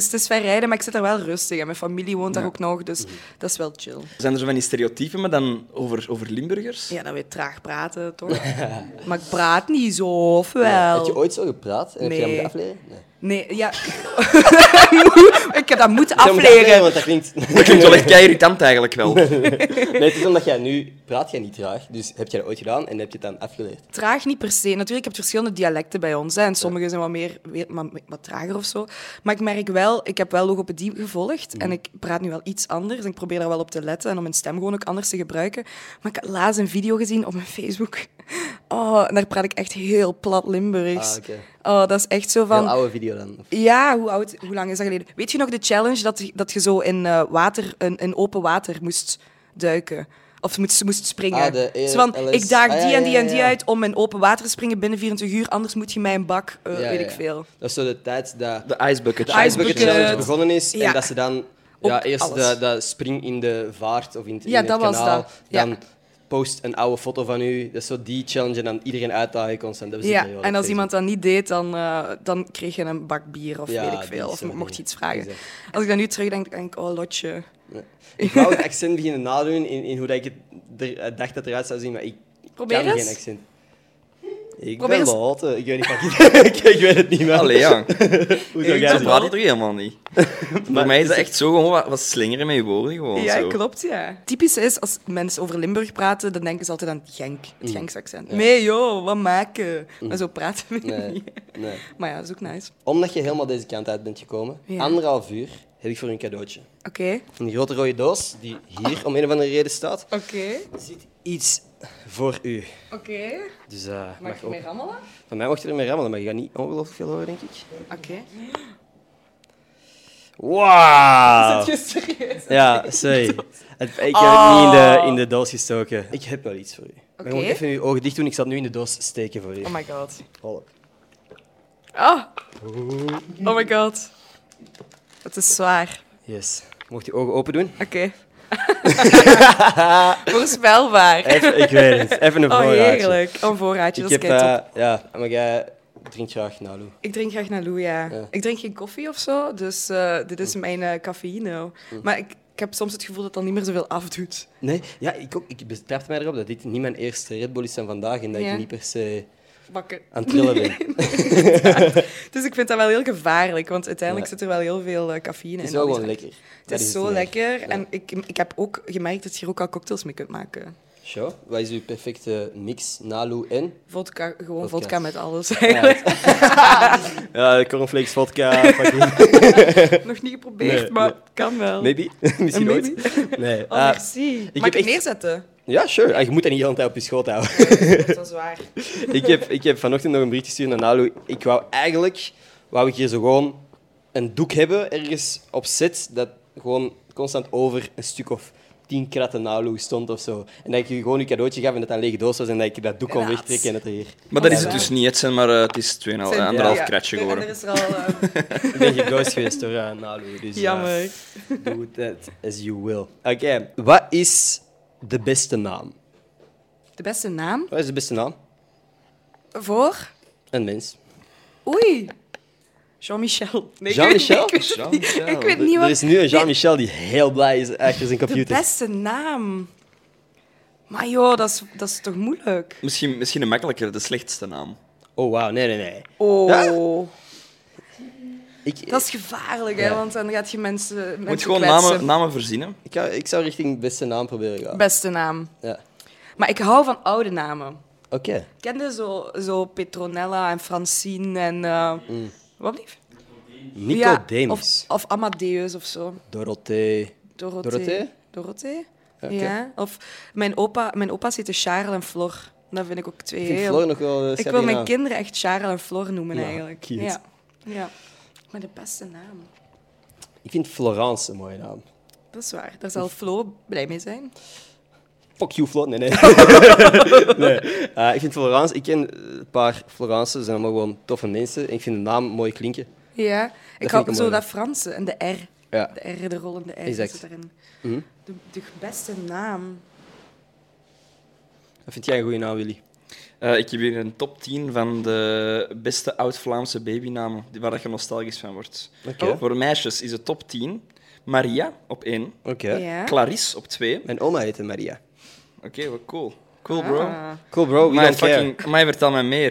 het is ver rijden, maar ik zit er wel rustig. En mijn familie woont daar Ja. ook nog, dus dat is wel chill. Zijn er zo van die stereotypen, maar dan over, over Limburgers? Ja, dat weet traag praten, toch? Maar ik praat niet zo, of wel? Ja, heb je ooit zo gepraat? En heb je dat Nee. moeten afleren? Nee. Nee, ja. Ik heb dat moeten Je moet afleren, afleren. want dat klinkt... Dat klinkt wel echt kei irritant eigenlijk wel. Nee, het is omdat jij nu... Praat jij niet traag, dus heb je dat ooit gedaan en heb je het dan afgeleerd? Traag niet per se. Natuurlijk, heb je verschillende dialecten bij ons. Hè, en sommige zijn wat meer weer, maar, wat trager of zo. Maar ik merk wel, ik heb wel logopedie gevolgd. En ik praat nu wel iets anders. En ik probeer daar wel op te letten en om mijn stem gewoon ook anders te gebruiken. Maar ik had laatst een video gezien op mijn Facebook. Oh, en daar praat ik echt heel plat Limburgs. Ah, oké. Oh, dat is echt zo van... Een oude video dan? Of- Ja, hoe, oud, hoe lang is dat geleden? Weet je nog de challenge dat, dat je zo in, eh, water, in, in open water moest duiken? Of moest, moest springen? Ah, de Zo van, L S ik daag Ah, ja, die en ja, die en ja, die ja. uit om in open water te springen binnen vierentwintig uur, anders moet je mij een bak, eh, Ja, weet ja, ik ja. veel. Dat is zo de tijd dat De Ice Bucket de Challenge. Ice Bucket Bucket. Challenge begonnen is Ja. en dat ze dan ja, Ook eerst alles. de, de spring in de vaart of in het, Ja, in het dat was kanaal, dat. Ja. dan post een oude foto van u. Dat is zo die challenge en dan iedereen uitdagen constant. Dat was Ja, die periode en op als iemand Facebook. dat niet deed, dan, eh, dan kreeg je een bak bier of Ja, weet ik die veel. Of soort mocht je dingen. iets vragen. Exact. Als ik dat nu terugdenk, denk ik, oh, Lotje. Ik wou het accent beginnen nadoen in, in hoe dat ik het er, eh, dacht dat het eruit zou zien, maar ik Probeer kan eens. geen accent. Ik Probeer ben eens. Lotte. Ik weet niet wat ik... ik weet het niet meer. Allee, ja. Hoe zou jij Zo zien? praat je toch helemaal niet? Voor mij is dat echt zo gewoon wat, wat slingeren met je woorden. Gewoon, Ja, zo. klopt, ja. Typisch is, als mensen over Limburg praten, dan denken ze altijd aan Genk, Mm. het Genks accent. Nee, joh, wat maken? Maar zo praten we Nee, niet. nee. Maar ja, dat is ook nice. Omdat je helemaal deze kant uit bent gekomen, Ja. anderhalf uur, heb ik voor u een cadeautje. Oké, Een grote rode doos, die hier om een of andere reden staat. oké, Er zit iets voor u. oké. Dus uh, Mag mag je ook. mee rammelen? Van mij mocht je ermee rammelen, maar je gaat niet ongelooflijk veel horen, denk ik. Oké. Wauw! Is het je serieus? Ja, sorry. Het, ik heb Oh. het niet in de, in de doos gestoken. Ik heb wel iets voor u. Maar je moet Oké. even je ogen dicht doen, ik zal het nu in de doos steken voor u. Oh my god. Hol. Ah. Oh my god. Het is zwaar. Yes. Mocht je ogen open doen? Oké. Voorspelbaar. Even, ik weet het. Even een Oh, voorraadje. heerlijk. Oh, een voorraadje, Ik dat is heb, keitop. eh, ja, maar jij drinkt graag Nalu. Ik drink graag Nalu, ja. Ja. Ik drink geen koffie of zo, dus eh, dit is mijn eh, cafeïne. Maar ik, ik heb soms het gevoel dat dat niet meer zoveel afdoet. Nee, ja, ik, ook, ik betrapte mij erop dat dit niet mijn eerste Red Bull is van vandaag en dat Ja. ik niet per se Bakken. aan het trillen ben. Dus ik vind dat wel heel gevaarlijk, want uiteindelijk Ja. zit er wel heel veel eh, cafeïne in. Het is wel al die gewoon drank. lekker. Het Dat is het zo meer. lekker. Ja. En ik, ik heb ook gemerkt dat je hier ook al cocktails mee kunt maken. Show. Wat is uw perfecte mix? Nalu en? Vodka, gewoon Vodka. vodka, met alles eigenlijk. Ja, cornflakes, vodka, fucking... Nog niet geprobeerd, Nee, maar nee. kan wel. Maybe. Misschien Maybe. ooit. Nee. Oh, Ah, merci. ik Mag heb ik het echt- neerzetten? ja, sure. Ah, je moet dat niet de hele tijd op je schoot houden. Dat is wel zwaar. ik, heb, ik heb vanochtend nog een bericht gestuurd naar Nalu. Ik wou eigenlijk wou ik hier zo gewoon een doek hebben, ergens op zet, dat gewoon constant over een stuk of tien kratten Nalu stond of zo. En dat ik je gewoon een cadeautje gaf en dat dat een lege doos was en dat ik dat doek kon Inderdaad. wegtrekken en dat er hier... Maar dat is Ja. het dus niet. Het zijn maar, eh, het is twee en een half- Zijn- anderhalf ja. kratje En geworden. er is er al... eh, Ik ben geghost geweest door uh, Nalu. Dus, uh, jammer. do that as you will. Oké, wat is de beste naam? De beste naam? Wat is de beste naam? Voor? Een mens. Oei. Jean-Michel. Nee, ik Jean-Michel? weet- Ik weet, het niet. Jean-Michel. Ik weet niet Er wat... is nu een Jean-Michel die heel blij is achter zijn De computer. beste naam. Maar joh, dat is, dat is toch moeilijk? Misschien, misschien een makkelijker, de slechtste naam. Oh, wauw. Nee, nee, nee. Oh. Ja? Ik, Dat is gevaarlijk, hè, Ja. want dan gaat je mensen, mensen Je moet gewoon kwetsen. namen, namen verzinnen. ik, zou- ik zou richting beste naam proberen gaan. Beste naam. Ja. Maar ik hou van oude namen. Oké. Ik kende zo, zo Petronella en Francine en... eh, Wat lief? Nicodemus. of, of Amadeus of zo. Dorothee. Dorothee. Dorothee? Dorothee? Oké. Ja. Of mijn opa, mijn opa's heten Charles en Flor. Dat vind ik ook twee Ik vind heel... Floor nog wel een ik schattige wil mijn naam. kinderen echt Charles en Flor noemen, Nou, eigenlijk. cute. Ja. ja. Maar de beste naam. Ik vind Florence een mooie naam. Dat is waar. Daar zal Flo blij mee zijn. Fuck you, Flo. Nee, nee. nee. Uh, ik vind Florence... Ik ken een paar Florences. Ze zijn allemaal gewoon toffe mensen. En ik vind de naam mooi klinken. Ja. Ik vind hou ik een zo mooie. dat Franse en de R. Ja. De R, de rollende R Exact. zit erin. Mhm. De, de beste naam. Wat vind jij een goede naam, Willy? Uh, ik heb hier een top tien van de beste oud-Vlaamse babynamen die- waar dat je nostalgisch van wordt. Oké. Oh. Voor meisjes is het top tien. Maria op één. Oké. Ja. Clarisse op twee. Mijn oma heette Maria. Oké, okay, wat cool. Cool, bro. Ah. Cool, bro. We Maar don't care. fucking... Maar vertel mij meer.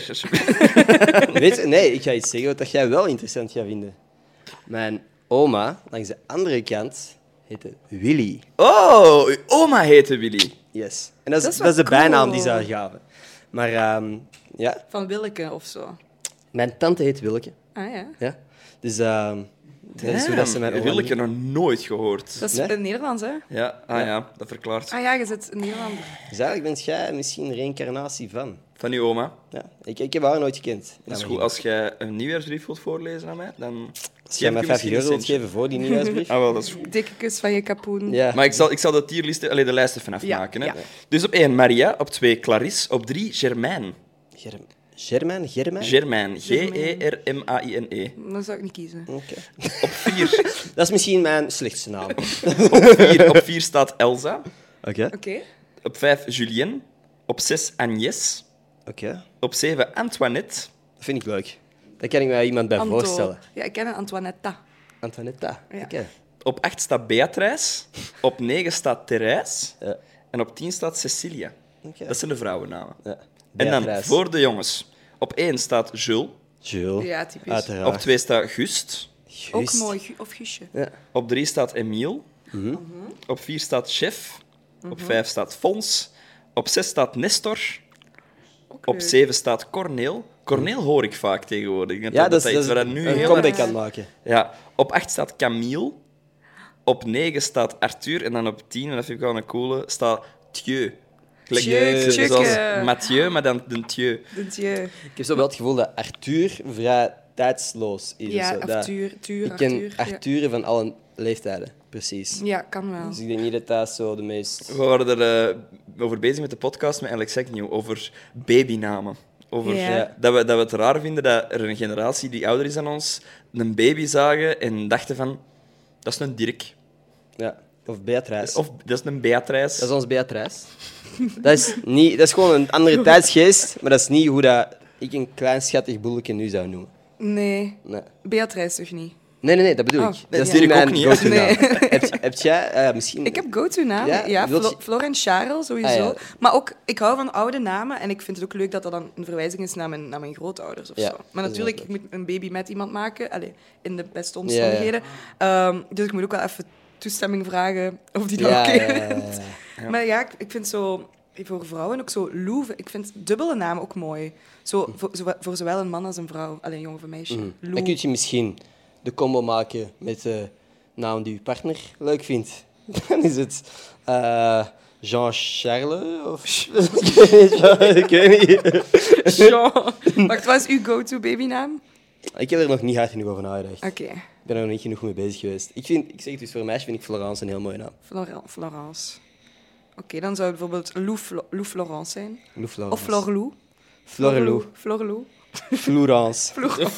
Weet je, nee, ik ga iets zeggen wat jij wel interessant gaat vinden. Mijn oma, langs de andere kant, heette Willy. Oh, uw oma heette Willy. Yes. En dat is, Dat is dat is de wel bijnaam cool. die ze haar gaven. Maar ehm, ja, Van Willeke of zo. mijn tante heet Willeke. Ah ja. Ja. Dus ehm dat is hoe dat ze mijn oma Wil ik er noemen. nog nooit gehoord. Dat is Nee? in Nederlands, hè? Ja, ah ja, dat verklaart. Ah ja, je zit in Nederland. Dus eigenlijk bent jij misschien een reïncarnatie van. Van uw oma. Ja. Ik, ik heb haar nooit gekend. Dat is Ja, goed. maar Als jij een nieuwjaarsbrief wilt voorlezen aan mij, dan... Als jij mij vijftig euro wilt geven voor die nieuwjaarsbrief. Ah, wel, dat is goed. Dikke kus van je kapoen. Ja. Maar ik zal, ik zal de tierlisten, allee, de lijst even afmaken. Ja, hè. ja. Dus op één Maria, op twee Clarisse, op drie Germaine. Germ Germain? Germain? Germaine, G E R M A I N E. Dat zou ik niet kiezen. Oké. Op vier, Dat is misschien mijn slechtste naam. vier, op vier staat Elsa. Oké. Oké. Op vijf Julienne. Op zes Agnès. Oké. Op zeven Antoinette. Dat vind ik leuk. Daar kan ik me iemand bij Anto. voorstellen. Ja, ik ken een Antoinetta. Antoinetta. Ja. Oké. Op acht staat Beatrice. Op negen staat Therese. Ja. En op tien staat Cecilia. Oké. Dat zijn de vrouwennamen. Ja. En dan Beatrice. voor de jongens. Op één staat Jules. Jules. Ja, typisch. Uiteraard. Op twee staat Gust. Ook Juist. mooi. Gu- Of Guusje. Ja. Op drie staat Emiel. Mhm. Op vier staat Chef. Op vijf staat Fons. Op zes staat Nestor. Ook Op leuk. zeven staat Corneel. Corneel hoor ik vaak tegenwoordig. Ik denk Ja, dat dat is, iets dat waar is dat nu een heel comeback erg- aan het maken. Ja. Op acht staat Camille. Op negen staat Arthur. En dan op tien, en dat vind ik wel een coole, staat Thieu. Gelijk- Tjeuk, tjeuk, Zoals eh. Mathieu, maar dan de Thieu. De Dieu. Ik heb zo wel het gevoel dat Arthur vrij tijdsloos is. Ja, of zo. of Dat- Tuur, Tuur, Ik ken Arthur. Ja. Arthuren van alle leeftijden, precies. Ja, kan wel. Dus ik denk niet dat dat zo de meest... We waren er eh, over bezig met de podcast met Alex Agnew, over babynamen. Over Ja. Ja. dat, we, dat we het raar vinden dat er een generatie die ouder is dan ons een baby zagen en dachten van, dat is een Dirk. Ja. Of Beatrice. Of dat is een Beatrice. Dat is ons Beatrice. dat, is niet, dat is gewoon een andere tijdsgeest, maar dat is niet hoe dat ik een klein schattig boeletje nu zou noemen. Nee, Nee. Beatrice toch niet? Nee, nee, nee, dat bedoel Oh, ik. nee, Dat is Dirk niet mijn ook niet, hè? go-to-naam. Nee. heb, heb jij eh, misschien... Ik heb go-to-namen. Ja? Ja, Wilt Flo, je- Florence Charles, sowieso. Ah, ja. Maar ook, ik hou van oude namen en ik vind het ook leuk dat dat dan een verwijzing is naar mijn, naar mijn grootouders of Ja, zo. dat Maar is natuurlijk, wel ik moet een baby met iemand maken, allee, in de beste omstandigheden. Ehm, dus ik moet ook wel even toestemming vragen of die dat Ja, oké ja, ja, ja, vindt. ja. Maar ja, ik, ik vind zo... Voor vrouwen ook zo Lou. Ik vind dubbele namen ook mooi. Zo, voor, zo, voor zowel een man als een vrouw. Alleen een jongen of een meisje. Dan Lou. kun je misschien de combo maken met de naam die je partner leuk vindt. Dan is het eh, Jean-Charles of... ik weet niet. Jean. Wacht, wat is uw go-to babynaam? Ik heb er nog niet hard genoeg over nagedacht. Oké. Ik ben er nog niet genoeg mee bezig geweest. Ik, vind, ik zeg het dus, voor een meisje vind ik Florence een heel mooie naam. Flora- Florence. Oké, dan zou het bijvoorbeeld Lou, Flo- Lou Florence zijn. Lou Florence. Of Florelou. Florelou. Florelou. Florence.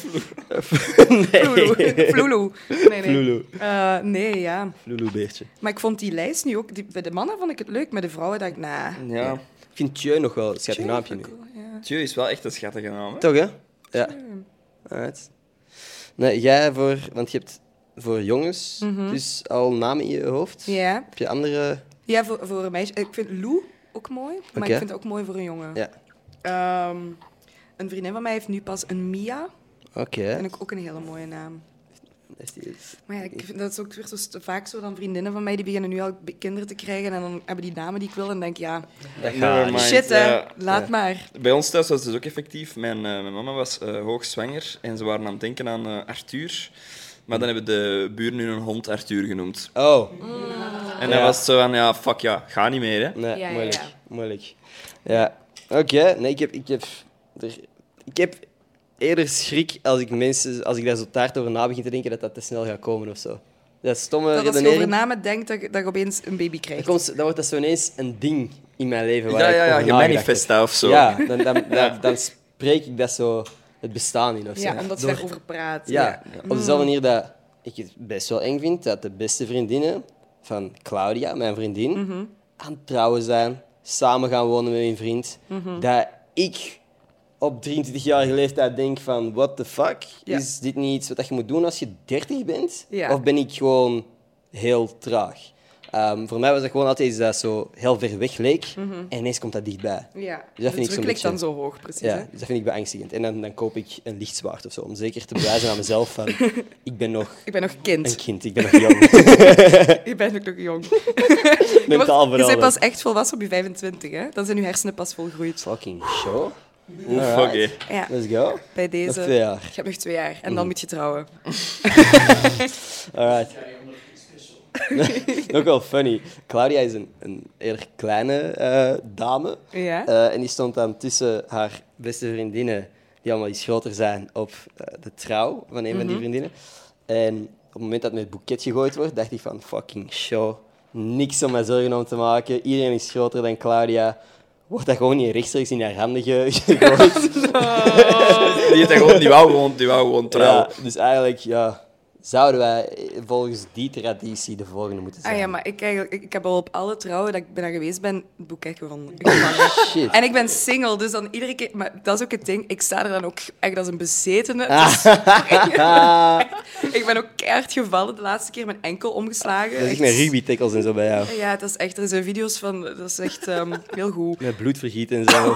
Floulou. Floulou. Nee, nee. Floulou. Eh, nee, ja. Lulu Beertje. Maar ik vond die lijst nu ook... Die, bij de mannen vond ik het leuk, met de vrouwen dacht ik, nah. Ja. Ik vind Thieu nog wel een schattig naampje nu. Cool, ja. Thieu is wel echt een schattige naam. Hè? Toch, hè? Ja. Alright. Nee, jij voor... Want je hebt voor jongens dus al namen in je hoofd. Ja. Heb je andere... Ja, voor, voor een meisje. Ik vind Lou ook mooi, maar Oké. ik vind het ook mooi voor een jongen. Ja. Ehm, een vriendin van mij heeft nu pas een Mia. Oké. Dat vind ik ook een hele mooie naam. Is die- Maar ja, ik vind dat is ook weer zo st- vaak zo dan vriendinnen van mij die beginnen nu al b- kinderen te krijgen en dan hebben die namen die ik wil en dan denk ik, ja, Dat Never gaat mind. niet. shit hè, ja. laat Ja. maar. Bij ons thuis was het dus ook effectief. Mijn, eh, mijn mama was eh, hoogzwanger en ze waren aan het denken aan eh, Arthur. Maar dan hebben de buren nu een hond Arthur genoemd. Oh, En Ja. dan was het zo van, ja, fuck ja, ga niet meer, hè. nee, Ja, ja, moeilijk. ja. Moeilijk. Ja. Oké, nee, ik heb... Ik heb, er, ik heb eerder schrik als ik mensen... Als ik daar zo taart over na begin te denken, dat dat te snel gaat komen of zo. Dat is stomme Dat als je over redenering. namen denkt, dat je, dat je opeens een baby Dan, krijgt. komt, dan wordt dat zo ineens een ding in mijn leven. Waar Ja, ik ja, ja, over je nagedacht manifest heb. dat of zo. Ja, dan, dan, dan, dan spreek ik dat zo het bestaan in of zo. Ja, omdat ze Door- daarover praten. Ja, op dezelfde manier dat ik het best wel eng vind dat de beste vriendinnen van Claudia, mijn vriendin, Mhm. aan het trouwen zijn, samen gaan wonen met mijn vriend. Dat ik op drieëntwintigjarige leeftijd denk van, what the fuck? Ja. Is dit niet iets wat je moet doen als je dertig bent? Ja. Of ben ik gewoon heel traag? Um, voor mij was dat gewoon altijd iets dat zo heel ver weg leek. En ineens komt dat dichtbij. Ja, Dus dat de vind ik druk zo'n ligt beetje... dan zo hoog, precies. Ja, Hè? dus dat vind ik beangstigend. En dan, dan koop ik een lichtzwaard of zo, om zeker te bewijzen aan mezelf van, ik ben nog Ik ben nog kind. een kind, ik ben nog jong. Je bent ook nog jong. Mentaal je vooral. bent pas echt volwassen op je vijfentwintig, hè? Dan zijn je hersenen pas volgroeid. Fucking show. Oeh, fuck, hè. Ja, Let's go. bij deze. Nog twee jaar. Je hebt nog twee jaar en dan moet je trouwen. Alright. Ook wel funny. Claudia is een, een erg kleine eh, dame. Ja. Eh, en die stond dan tussen haar beste vriendinnen, die allemaal iets groter zijn, op eh, de trouw van een van die vriendinnen. En op het moment dat met het boeket gegooid wordt, dacht ik van fucking show. Niks om mij zorgen om te maken. Iedereen is groter dan Claudia. Wordt dat gewoon niet rechtstreeks in haar handen ge- gegooid? Die, heeft dat gewoon, die wou gewoon, die wou gewoon trouw. Ja, dus eigenlijk, ja, zouden wij volgens die traditie de volgende moeten zijn. Ah ja, maar ik, eigenlijk, ik, ik heb al op alle trouwen dat ik ben geweest ben, het boeket gevonden. gevangen. Shit. En ik ben single, dus dan iedere keer... Maar dat is ook het ding, ik sta er dan ook echt als een bezetene. Ah. Dus, ik ben ook keihard gevallen de laatste keer, mijn enkel omgeslagen. Dat is echt Echt- met rugby-tackles en zo bij jou. Ja, dat is echt, er zijn video's van, dat is echt ehm, heel goed. Met bloedvergiet en zo.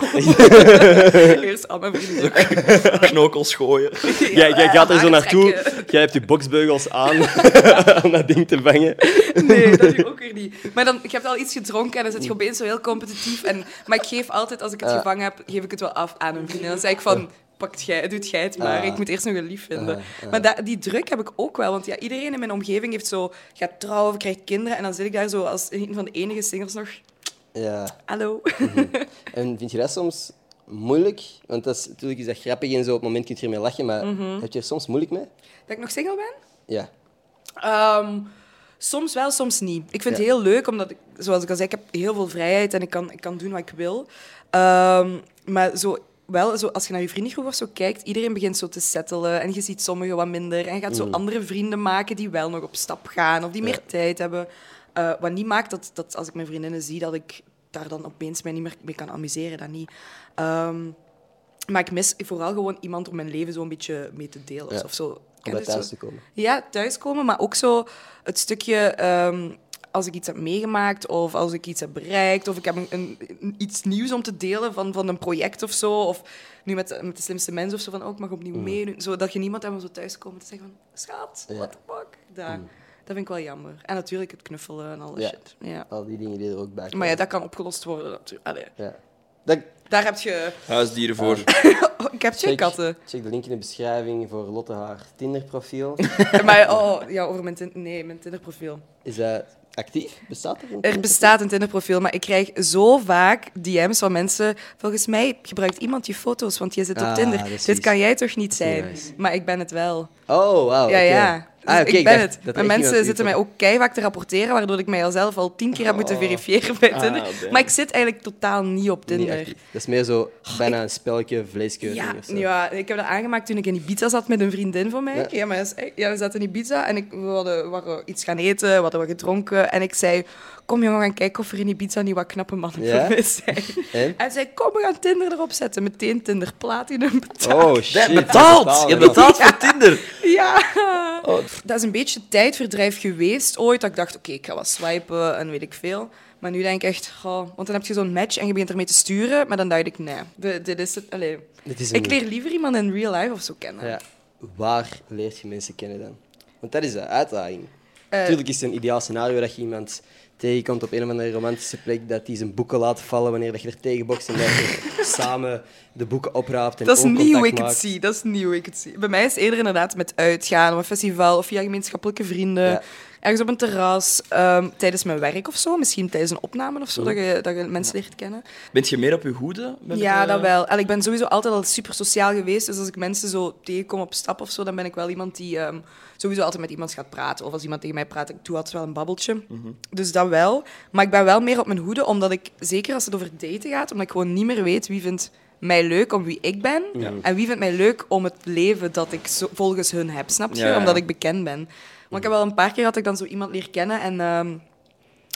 Eerst al mijn vrienden. Knokels gooien. Jij, jij gaat er zo haren naartoe, trekken. jij hebt je boksbeugels aan om dat ding te vangen. Nee, dat doe ik ook weer niet. Maar dan, ik heb al iets gedronken en dan zit je opeens zo heel competitief. En, maar ik geef altijd, als ik het gevangen heb, geef ik het wel af aan een vriend. En dan zeg ik van, pakt jij, doet jij het maar. Ah. Ik moet eerst nog een lief vinden. Ah, ah. Maar dat, die druk heb ik ook wel. Want ja, iedereen in mijn omgeving heeft zo, gaat trouwen of krijgt kinderen. En dan zit ik daar zo als een van de enige singles nog. Ja. Hallo. En vind je dat soms moeilijk? Want dat is, natuurlijk is dat grappig en zo, op het moment kun je ermee lachen, maar heb je er soms moeilijk mee? Dat ik nog single ben? Ja. Ehm, soms wel, soms niet. Ik vind het Ja. heel leuk, omdat ik, zoals ik al zei, ik heb heel veel vrijheid en ik kan, ik kan doen wat ik wil. Ehm, maar zo, wel, zo, als je naar je vriendengroep of zo kijkt, iedereen begint zo te settelen en je ziet sommigen wat minder. En je gaat zo andere vrienden maken die wel nog op stap gaan of die meer tijd hebben. Eh, wat niet maakt dat, dat als ik mijn vriendinnen zie, dat ik daar dan opeens mij niet meer mee kan amuseren. Dat niet. Ehm, maar ik mis vooral gewoon iemand om mijn leven zo een beetje mee te delen. Ja. Of zo. Om Ken bij je thuis zo? te komen. Ja, thuiskomen, maar ook zo het stukje ehm, als ik iets heb meegemaakt of als ik iets heb bereikt of ik heb een, een, een- iets nieuws om te delen van, van een project of zo. Of nu met, met de slimste mensen of zo van, oh, ik mag opnieuw meedoen. Zo, dat je niemand hebt om zo thuiskomen te zeggen van, schat, Ja. what the fuck. Dat, dat vind ik wel jammer. En natuurlijk het knuffelen en alle Ja. shit. Ja. Al die dingen die er ook bij komen. Maar ja, dat kan opgelost worden natuurlijk. Allee, Ja. Dat, daar heb je... Huisdieren voor. Oh, ik heb geen check, katten. check de link in de beschrijving voor Lotte haar Tinder-profiel. Maar oh, ja, over mijn, tin- nee, mijn Tinder-profiel. Is dat actief? Bestaat er een Er Tinder-profiel? bestaat een Tinder-profiel, maar ik krijg zo vaak D M's van mensen. Volgens mij gebruikt iemand je foto's, want je zit op Ah, Tinder. dat is Dit vies. kan jij toch niet is zijn? nice. Maar ik ben het wel. Oh, wauw. ja, oké. ja. Dus Ah, oké, ik ben dacht het. dat er Maar echt mensen iemand zitten mij iets ook keihard te rapporteren, waardoor ik mij al zelf al tien keer heb moeten verifiëren bij Ah, Tinder. damn. Maar ik zit eigenlijk totaal niet op Niet Tinder. actief. Dat is meer zo bijna een spelletje, vleeskeuze Ja, of zo. ja, ik heb dat aangemaakt toen ik in Ibiza zat met een vriendin van mij. Ja. Ja, maar dat is echt- ja, we zaten in Ibiza en ik, we hadden, we waren iets gaan eten, we hadden wat gedronken. En ik zei, kom jongen, we gaan kijken of er in Ibiza niet wat knappe mannen Ja? voor mij zijn. En? En zei, kom, we gaan Tinder erop zetten. Meteen Tinder Platinum betaald. Oh, shit. Je betaalt! Je betaalt voor Tinder! Ja. Dat is een beetje tijdverdrijf geweest ooit. Dat ik dacht, oké, ik ga wat swipen en weet ik veel. Maar nu denk ik echt, goh, want dan heb je zo'n match en je begint ermee te sturen. Maar dan dacht ik, nee, dit, dit is het. Allee. Dit is Ik hem leer liever iemand in real life of zo kennen. Ja. Waar leert je mensen kennen dan? Want dat is de uitdaging. Eh, Natuurlijk is het een ideaal scenario dat je iemand tegenkomt op een of andere romantische plek, dat die zijn boeken laat vallen wanneer dat je er tegenbokst en dat je samen de boeken opraapt en Dat is niet oogcontact hoe ik het maakt. zie. Dat is niet hoe ik het zie. Bij mij is het eerder inderdaad met uitgaan, of een festival, of via gemeenschappelijke vrienden. Ja. Ergens op een terras, ehm, tijdens mijn werk of zo. Misschien tijdens een opname of zo, dat, je, dat je mensen leert kennen. Bent je meer op je hoede? Met Ja, het, eh, dat wel. En ik ben sowieso altijd al super sociaal geweest. Dus als ik mensen zo tegenkom op stap of zo, dan ben ik wel iemand die ehm, sowieso altijd met iemand gaat praten. Of als iemand tegen mij praat, ik doe altijd wel een babbeltje. Dus dat wel. Maar ik ben wel meer op mijn hoede, omdat ik, zeker als het over daten gaat, omdat ik gewoon niet meer weet wie vindt mij leuk om wie ik ben. En wie vindt mij leuk om het leven dat ik zo, volgens hun heb, snap je? Ja, ja. Omdat ik bekend ben. Maar ik heb wel een paar keer had ik dan zo iemand leren kennen en... ehm,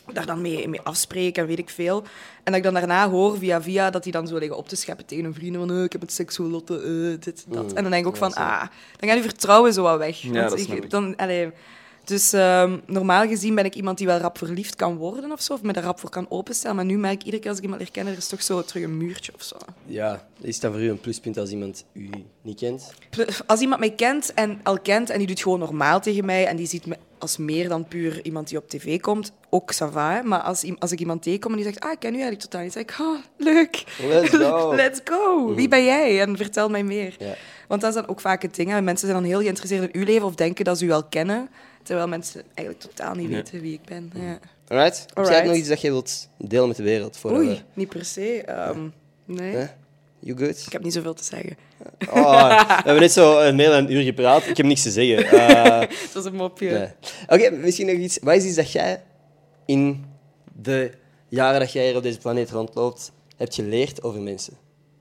daar dan mee, mee afspreken en weet ik veel. En dat ik dan daarna hoor via via dat die dan zo liggen op te scheppen tegen een vriend van, uh, ik heb het seksuolotte, uh, dit, dat. Mm. En dan denk ik ook van, ah, dan gaat je vertrouwen zo wat weg. Ja, Want dat ik, snap ik. dan, allee, dus um, normaal gezien ben ik iemand die wel rap verliefd kan worden of zo, of me daar rap voor kan openstellen. Maar nu merk ik iedere keer als ik iemand leer kennen, er is toch zo terug een muurtje of zo. Ja, is dat voor u een pluspunt als iemand u niet kent? Als iemand mij kent en al kent en die doet gewoon normaal tegen mij en die ziet me als meer dan puur iemand die op tv komt, ook ça va. Maar als, als ik iemand tegenkom en die zegt, ah, ik ken u eigenlijk totaal niet, dan zeg ik, oh, leuk. Let's go. Let's go. Wie ben jij? En vertel mij meer. Ja. Want dat is dan ook vaak het ding. Hè. Mensen zijn dan heel geïnteresseerd in uw leven of denken dat ze u al kennen, terwijl mensen eigenlijk totaal niet Nee. weten wie ik ben. Ja. Alright? Heb jij Alright. nog iets dat je wilt delen met de wereld? Voordat Oei, we... niet per se. Um, nee, Hè? You good? ik heb niet zoveel te zeggen. Oh, we hebben net zo uh, meer dan een uur gepraat. Ik heb niks te zeggen. Uh, Het was een mopje. nee. Oké, misschien nog iets. Wat is iets dat jij in de jaren dat jij hier op deze planeet rondloopt, hebt geleerd over mensen?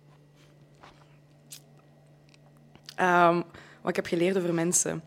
Um, wat ik heb geleerd over mensen.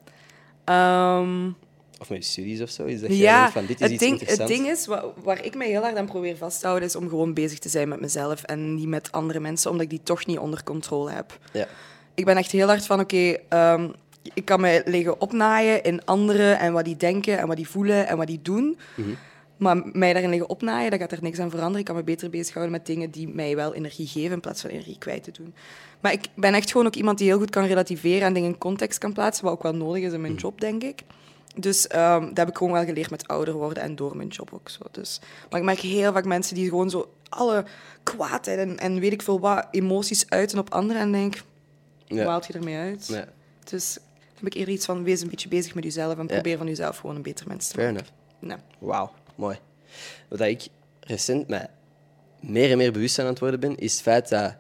Um, Of met je studies of zo? Is dat jij ja, denkt van, dit is het iets ding, het interessants? ding is, wa- waar ik mij heel hard aan probeer vast te houden, is om gewoon bezig te zijn met mezelf en niet met andere mensen, omdat ik die toch niet onder controle heb. Ja. Ik ben echt heel hard van, oké, okay, um, ik kan mij liggen opnaaien in anderen en wat die denken en wat die voelen en wat die doen. Mhm. Maar mij daarin liggen opnaaien, dat gaat er niks aan veranderen. Ik kan me beter bezighouden met dingen die mij wel energie geven in plaats van energie kwijt te doen. Maar ik ben echt gewoon ook iemand die heel goed kan relativeren en dingen in context kan plaatsen, wat ook wel nodig is in mijn job, denk ik. Dus um, dat heb ik gewoon wel geleerd met ouder worden en door mijn job ook zo. Dus, maar ik merk heel vaak mensen die gewoon zo alle kwaadheid en, en weet ik veel wat emoties uiten op anderen en denk, Ja. hoe haalt je ermee uit? Ja. Dus dan heb ik eerder iets van, wees een beetje bezig met jezelf en Ja. probeer van jezelf gewoon een beter mens te Fair maken. enough. Nee. Wauw, mooi. Wat ik recent mij meer en meer bewust aan het worden ben, is het feit dat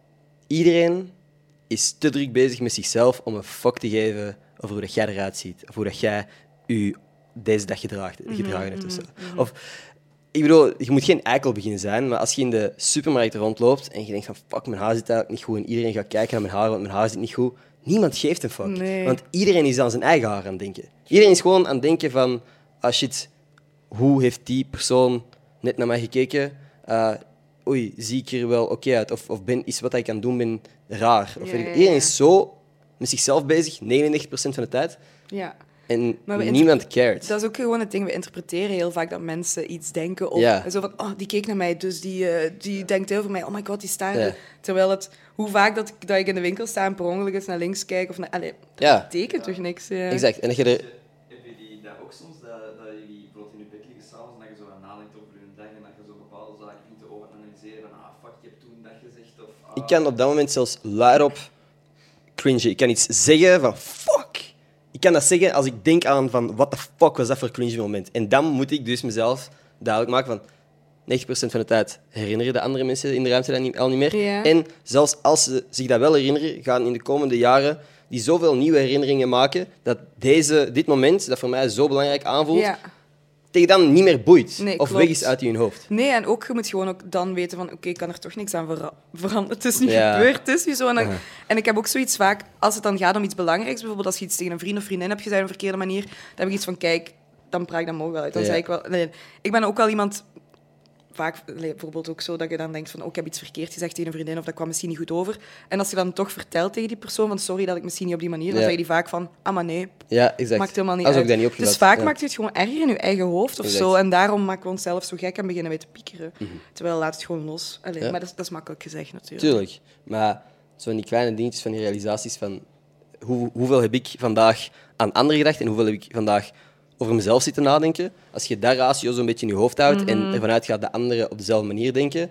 iedereen is te druk bezig met zichzelf om een fuck te geven over hoe dat jij eruit ziet. Of hoe dat jij je deze dag gedraagt, gedragen hebt of zo. Of, ik bedoel, je moet geen eikel beginnen zijn, maar als je in de supermarkt rondloopt en je denkt van fuck, mijn haar zit eigenlijk niet goed en iedereen gaat kijken naar mijn haar, want mijn haar zit niet goed, niemand geeft een fuck. Nee. Want iedereen is aan zijn eigen haar aan het denken. Iedereen is gewoon aan het denken van, ah shit, hoe heeft die persoon net naar mij gekeken? Uh, oei, zie ik er wel oké uit? Of, of ben, is wat ik aan het doen ben raar? Of Ja, weet ik- ja, Iedereen ja. is zo met zichzelf bezig, negenennegentig procent van de tijd. Ja. En Maar we niemand cared. Dat is ook gewoon het ding. We interpreteren heel vaak dat mensen iets denken op... Ja. Zo van, oh, die keek naar mij, dus die, uh, die denkt over mij. Oh my god, die staarde. Ja. Terwijl het... Hoe vaak dat ik, dat ik in de winkel sta en per ongeluk eens naar links kijk of naar... Allee, dat Ja. betekent toch niks? Ja. Exact. En dat je er... Heb je die, dat ook soms, dat, dat jullie bijvoorbeeld in je bed liggen s'avonds en dat je zo aan nadenkt over je dag en dat je zo bepaalde zaken niet te over analyseren van ah, fuck, je hebt toen dat gezegd of... Ah. Ik kan op dat moment zelfs luidop cringen. Ik kan iets zeggen van fuck. Ik kan dat zeggen als ik denk aan van what the fuck was dat voor cringe moment. En dan moet ik dus mezelf duidelijk maken van negentig procent van de tijd herinneren de andere mensen in de ruimte dat niet, al niet meer. Ja. En zelfs als ze zich dat wel herinneren, gaan in de komende jaren die zoveel nieuwe herinneringen maken dat deze, dit moment, dat voor mij zo belangrijk aanvoelt, Ja. tegen dan niet meer boeit. Nee, of klopt. weg is uit hun hoofd. Nee, en ook, je moet gewoon ook dan weten van, oké, ik kan er toch niks aan vera- veranderen. Het is nu Ja. gebeurd, het is nu zo. En, dan- Uh-huh. en ik heb ook zoiets vaak, als het dan gaat om iets belangrijks, bijvoorbeeld als je iets tegen een vriend of vriendin hebt gezegd op een verkeerde manier, dan heb ik iets van, kijk, dan praat ik dat mogelijk wel uit. Dan Ja. zeg ik wel... Nee, ik ben ook wel iemand... Vaak, nee, bijvoorbeeld ook zo, dat je dan denkt van, oh, ik heb iets verkeerd gezegd tegen een vriendin of dat kwam misschien niet goed over. En als je dan toch vertelt tegen die persoon van, sorry dat ik misschien niet op die manier, dan Ja. zeg je die vaak van, ah, maar nee, Ja, exact. maakt helemaal niet Als uit. ook dat niet opgelet. Dus vaak Ja. maakt je het gewoon erger in je eigen hoofd of Exact. zo. En daarom maken we onszelf zo gek en beginnen wij te piekeren. Terwijl laat het gewoon los. Allee, Ja. Maar dat is, dat is makkelijk gezegd natuurlijk. Tuurlijk. Maar zo van die kleine dingetjes, van die realisaties van hoe, hoeveel heb ik vandaag aan anderen gedacht en hoeveel heb ik vandaag over mezelf zitten nadenken. Als je dat ratio zo'n beetje in je hoofd houdt en ervan uitgaat dat anderen op dezelfde manier denken,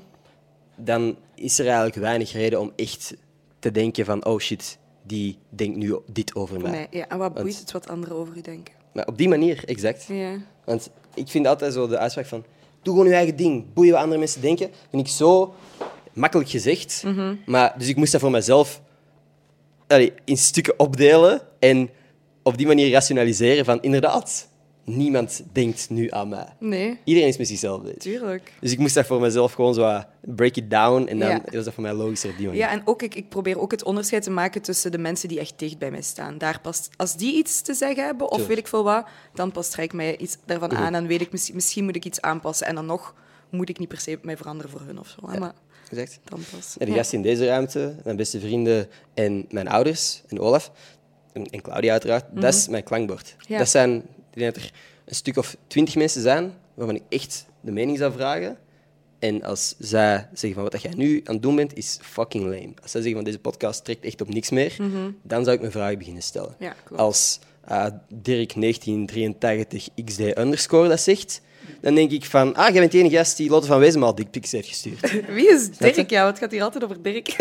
dan is er eigenlijk weinig reden om echt te denken van oh shit, die denkt nu dit over mij. Nee, ja, en wat boeit Want- het wat anderen over u denken? Maar op die manier, exact. Ja. Want ik vind altijd zo de uitspraak van doe gewoon je eigen ding, boeien wat andere mensen denken, vind ik zo makkelijk gezegd. Maar, dus ik moest dat voor mezelf allee, in stukken opdelen en op die manier rationaliseren van inderdaad, niemand denkt nu aan mij. Nee, Iedereen is met zichzelf bezig. tuurlijk. Dus ik moest dat voor mezelf gewoon zo wat break it down. En dan Ja. was dat voor mij logischer op die manier. Ja, en ook ik, ik probeer ook het onderscheid te maken tussen de mensen die echt dicht bij mij staan. Daar past, als die iets te zeggen hebben, of Tuurlijk. weet ik veel wat, dan pas ik mij iets daarvan aan en weet ik, misschien, misschien moet ik iets aanpassen. En dan nog moet ik niet per se mij veranderen voor hun of zo. hè, Maar Gezegd. dan pas. Ja, de Ja. gasten in deze ruimte, mijn beste vrienden en mijn ouders, en Olaf, en, en Claudia uiteraard, dat is mijn klankbord. Ja. Dat zijn, ik denk dat er een stuk of twintig mensen zijn waarvan ik echt de mening zou vragen. En als zij zeggen van wat dat jij nu aan het doen bent, is fucking lame. Als zij zeggen van deze podcast trekt echt op niks meer, dan zou ik mijn vragen beginnen stellen. Ja, klopt. Als uh, Dirk negentien drieëntachtig x d underscore dat zegt, dan denk ik van, ah, jij bent de enige gast die Lotte van Wezenmaal dickpics heeft gestuurd. Wie is Dirk? Ja, het gaat hier altijd over Dirk.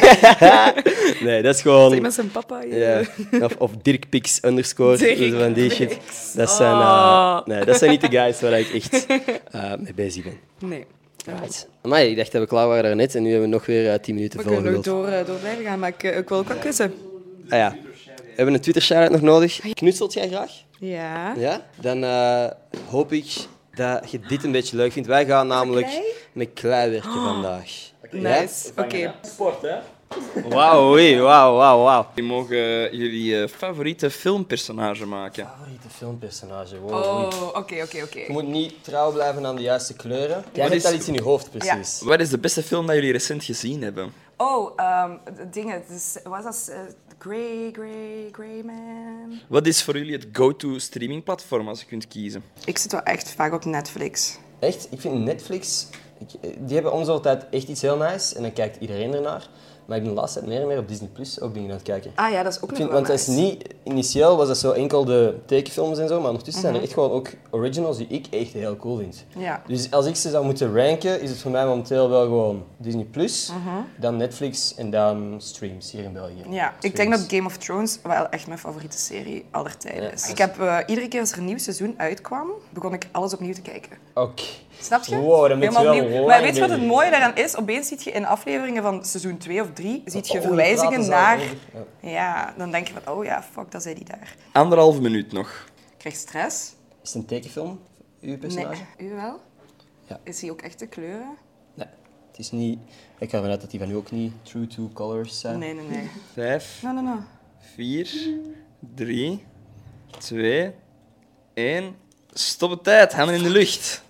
Nee, dat is gewoon... Zeg met zijn papa. Ja, of, of Dirkpix underscore, Dirk dus van die shit. Pics. Dat zijn, uh, Oh. nee, dat zijn niet de guys waar ik echt uh, mee bezig ben. Nee. Right. Amai, ik dacht dat we klaar waren daarnet en nu hebben we nog weer uh, tien minuten We kunnen nog volgeduld. door, eh, door blijven gaan, maar ik, eh, ik wil ook wel kussen. Ah ja, we hebben een Twitter-shout-out nog nodig. Knutselt jij graag? Ja. Ja? Dan uh, hoop ik dat je dit een beetje leuk vindt. Wij gaan namelijk klei? met klei werken vandaag. Nice. Oké. Sport, hè? Wauw, oei, wauw, wauw, wauw. Die mogen jullie eh, favoriete filmpersonage maken. Favoriete filmpersonage, wow. oei. Oh, oké, oké, oké. Je moet niet trouw blijven aan de juiste kleuren. Jij Wat hebt is- al iets in je hoofd, precies. Wat is de beste film dat jullie recent gezien hebben? Oh, ehm, de dingen. Dus, wat was dat? Eh, Grey, Grey, Grey Man. Wat is voor jullie het go-to streamingplatform als je kunt kiezen? Ik zit wel echt vaak op Netflix. Echt, ik vind Netflix, ik, die hebben om zoveel tijd echt iets heel nice en dan kijkt iedereen ernaar. Maar ik ben de laatste tijd meer en meer op Disney Plus ook dingen aan het kijken. Ah ja, dat is ook Ik nog vind, wel want dat is nice. niet, initieel was dat zo enkel de tekenfilms en zo, maar ondertussen zijn er echt gewoon ook originals die ik echt heel cool vind. Ja. Dus als ik ze zou moeten ranken, is het voor mij momenteel wel gewoon Disney Plus, dan Netflix en dan streams hier in België. Ja, ik denk dat Game of Thrones wel echt mijn favoriete serie aller tijden Ja. is. Ik heb eh, iedere keer als er een nieuw seizoen uitkwam, begon ik alles opnieuw te kijken. Oké. Snap je? Wow, dan ben je Helemaal wel opnieuw. lang Maar weet je wat het bezig. mooie daaraan is? Opeens zie je in afleveringen van seizoen twee of drie ziet je Oh, verwijzingen praten ze naar... al over. Ja. Ja, dan denk je van, oh ja, fuck, dat zei die daar. Anderhalve minuut nog. Ik krijg stress. Is het een tekenfilm, uw personage? Nee. U wel? Ja. Is hij ook echte kleuren? Nee. Het is niet... Ik ga ervan uit dat die van nu ook niet true to colors zijn. Nee, nee, nee. Vijf, No, no, no. vier, drie, twee, één. Stop de tijd. Handen in de lucht.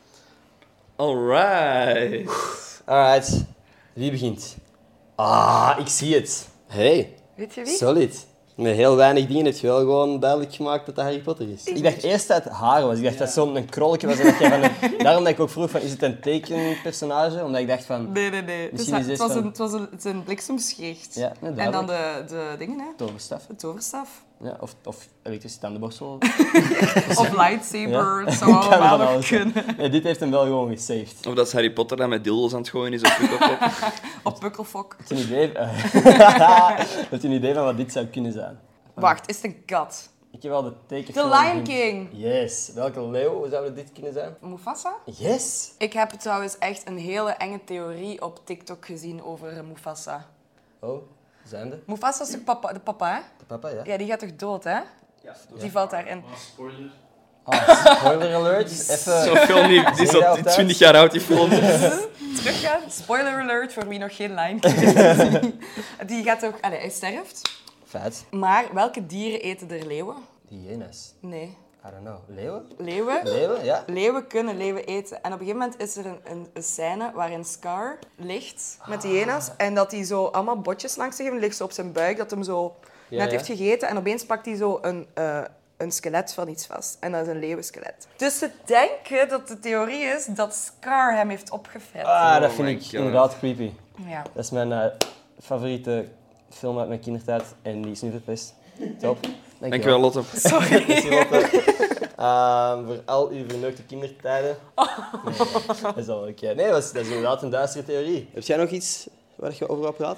Alright. Alright. Wie begint? Ah, ik zie het. Hey, Weet je wie? solid. Met heel weinig dingen heb je wel gewoon duidelijk gemaakt dat dat Harry Potter is. Ik dacht eerst dat het haar was. Ik dacht dat het zo'n krolletje was. En dat jij van een... Daarom dat ik ook vroeg van, is het een tekenpersonage? Omdat ik dacht van, Nee, nee, nee. Dus Misschien het, is dit was van- een, het was een, het is een bliksemschicht. Ja, nee, en dan duidelijk. de, de dingen, hè. toverstaf. De toverstaf. Ja, of, of elektrische tandenborstel. Of lightsaber. Ja. Het zou Kan allemaal van nog alles zijn. kunnen. Nee, dit heeft hem wel gewoon gesaved. Of dat is Harry Potter dat met dildos aan het gooien is op Pukkelpop. Op Pukkelfok. Heb je een idee, heb je een idee van wat dit zou kunnen zijn? Wacht, is het een kat? Ik heb wel de tekenfilm... The Lion gezien. King. Yes. Welke leeuw zou dit kunnen zijn? Mufasa? Yes. Ik heb trouwens echt een hele enge theorie op TikTok gezien over Mufasa. Oh, zijn de? Mufasa is toch papa, de papa, hè? De papa, ja. Ja, die gaat toch dood, hè? Die valt daarin. Ah, spoiler alert. Even... Zo'n film die, die is Zie je dat al op thuis? twintig jaar oud, die film. Teruggaan. Spoiler alert voor wie nog geen Lion King heeft gezien. Die gaat toch... Allee, hij sterft. Feit. Maar welke dieren eten er leeuwen? Die hyenas. Nee. I don't know. Leeuwen? Leeuwen? Leeuwen, ja. Leeuwen kunnen leeuwen eten. En op een gegeven moment is er een, een, een scène waarin Scar ligt met die hyena's. En dat hij zo allemaal botjes langs zich heeft. Ligt zo op zijn buik, dat hem zo Ja, net ja. heeft gegeten. En opeens pakt hij zo een, eh, een skelet van iets vast. En dat is een leeuwenskelet. Dus ze denken dat de theorie is dat Scar hem heeft opgefret. Ah, dat Oh vind my ik God. inderdaad creepy. Ja. Dat is mijn eh, favoriete film uit mijn kindertijd en die is nu verpest. Top. Dankjewel, Lotte. Sorry. Merci, Lotte. Ehm, voor al uw verneukte kindertijden. Nee, dat is al oké. Nee, dat is, dat is inderdaad een duistere theorie. Heb jij nog iets waar je over wil praten?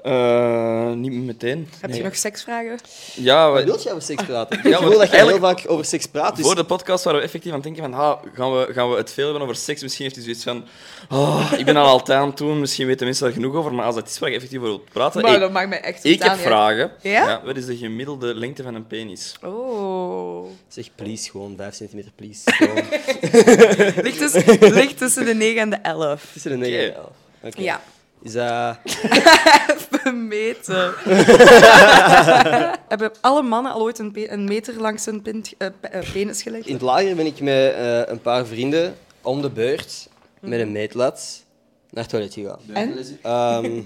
Uh, niet meteen. Heb Nee. je nog seksvragen? Ja, Wat we- wil je over seks praten? Ik Ja, wil want dat je heel eigenlijk- vaak over seks praat. Dus... voor de podcast waren we effectief aan het denken van, ah, gaan, we, gaan we het veel hebben over seks? Misschien heeft hij zoiets van, oh, ik ben al altijd aan het doen, misschien weten mensen daar genoeg over, maar als dat is waar je effectief over wilt praten... Maar ik, dat maakt mij echt ik totaal heb niet vragen. Ja? Wat is de gemiddelde lengte van een penis? uit. Oh. Zeg, please, gewoon vijf centimeter, please. Gewoon. Ligt tussen, ligt tussen de negen en de elf. Tussen de negen en de Oké. elf. Oké. Ja. Is dat... Even meten. Hebben alle mannen al ooit een, pe- een meter langs hun pint, eh, pe- eh, penis gelegd? In het lager ben ik met eh, een paar vrienden om de beurt met een meetlat naar het toilet gegaan. En? Ehm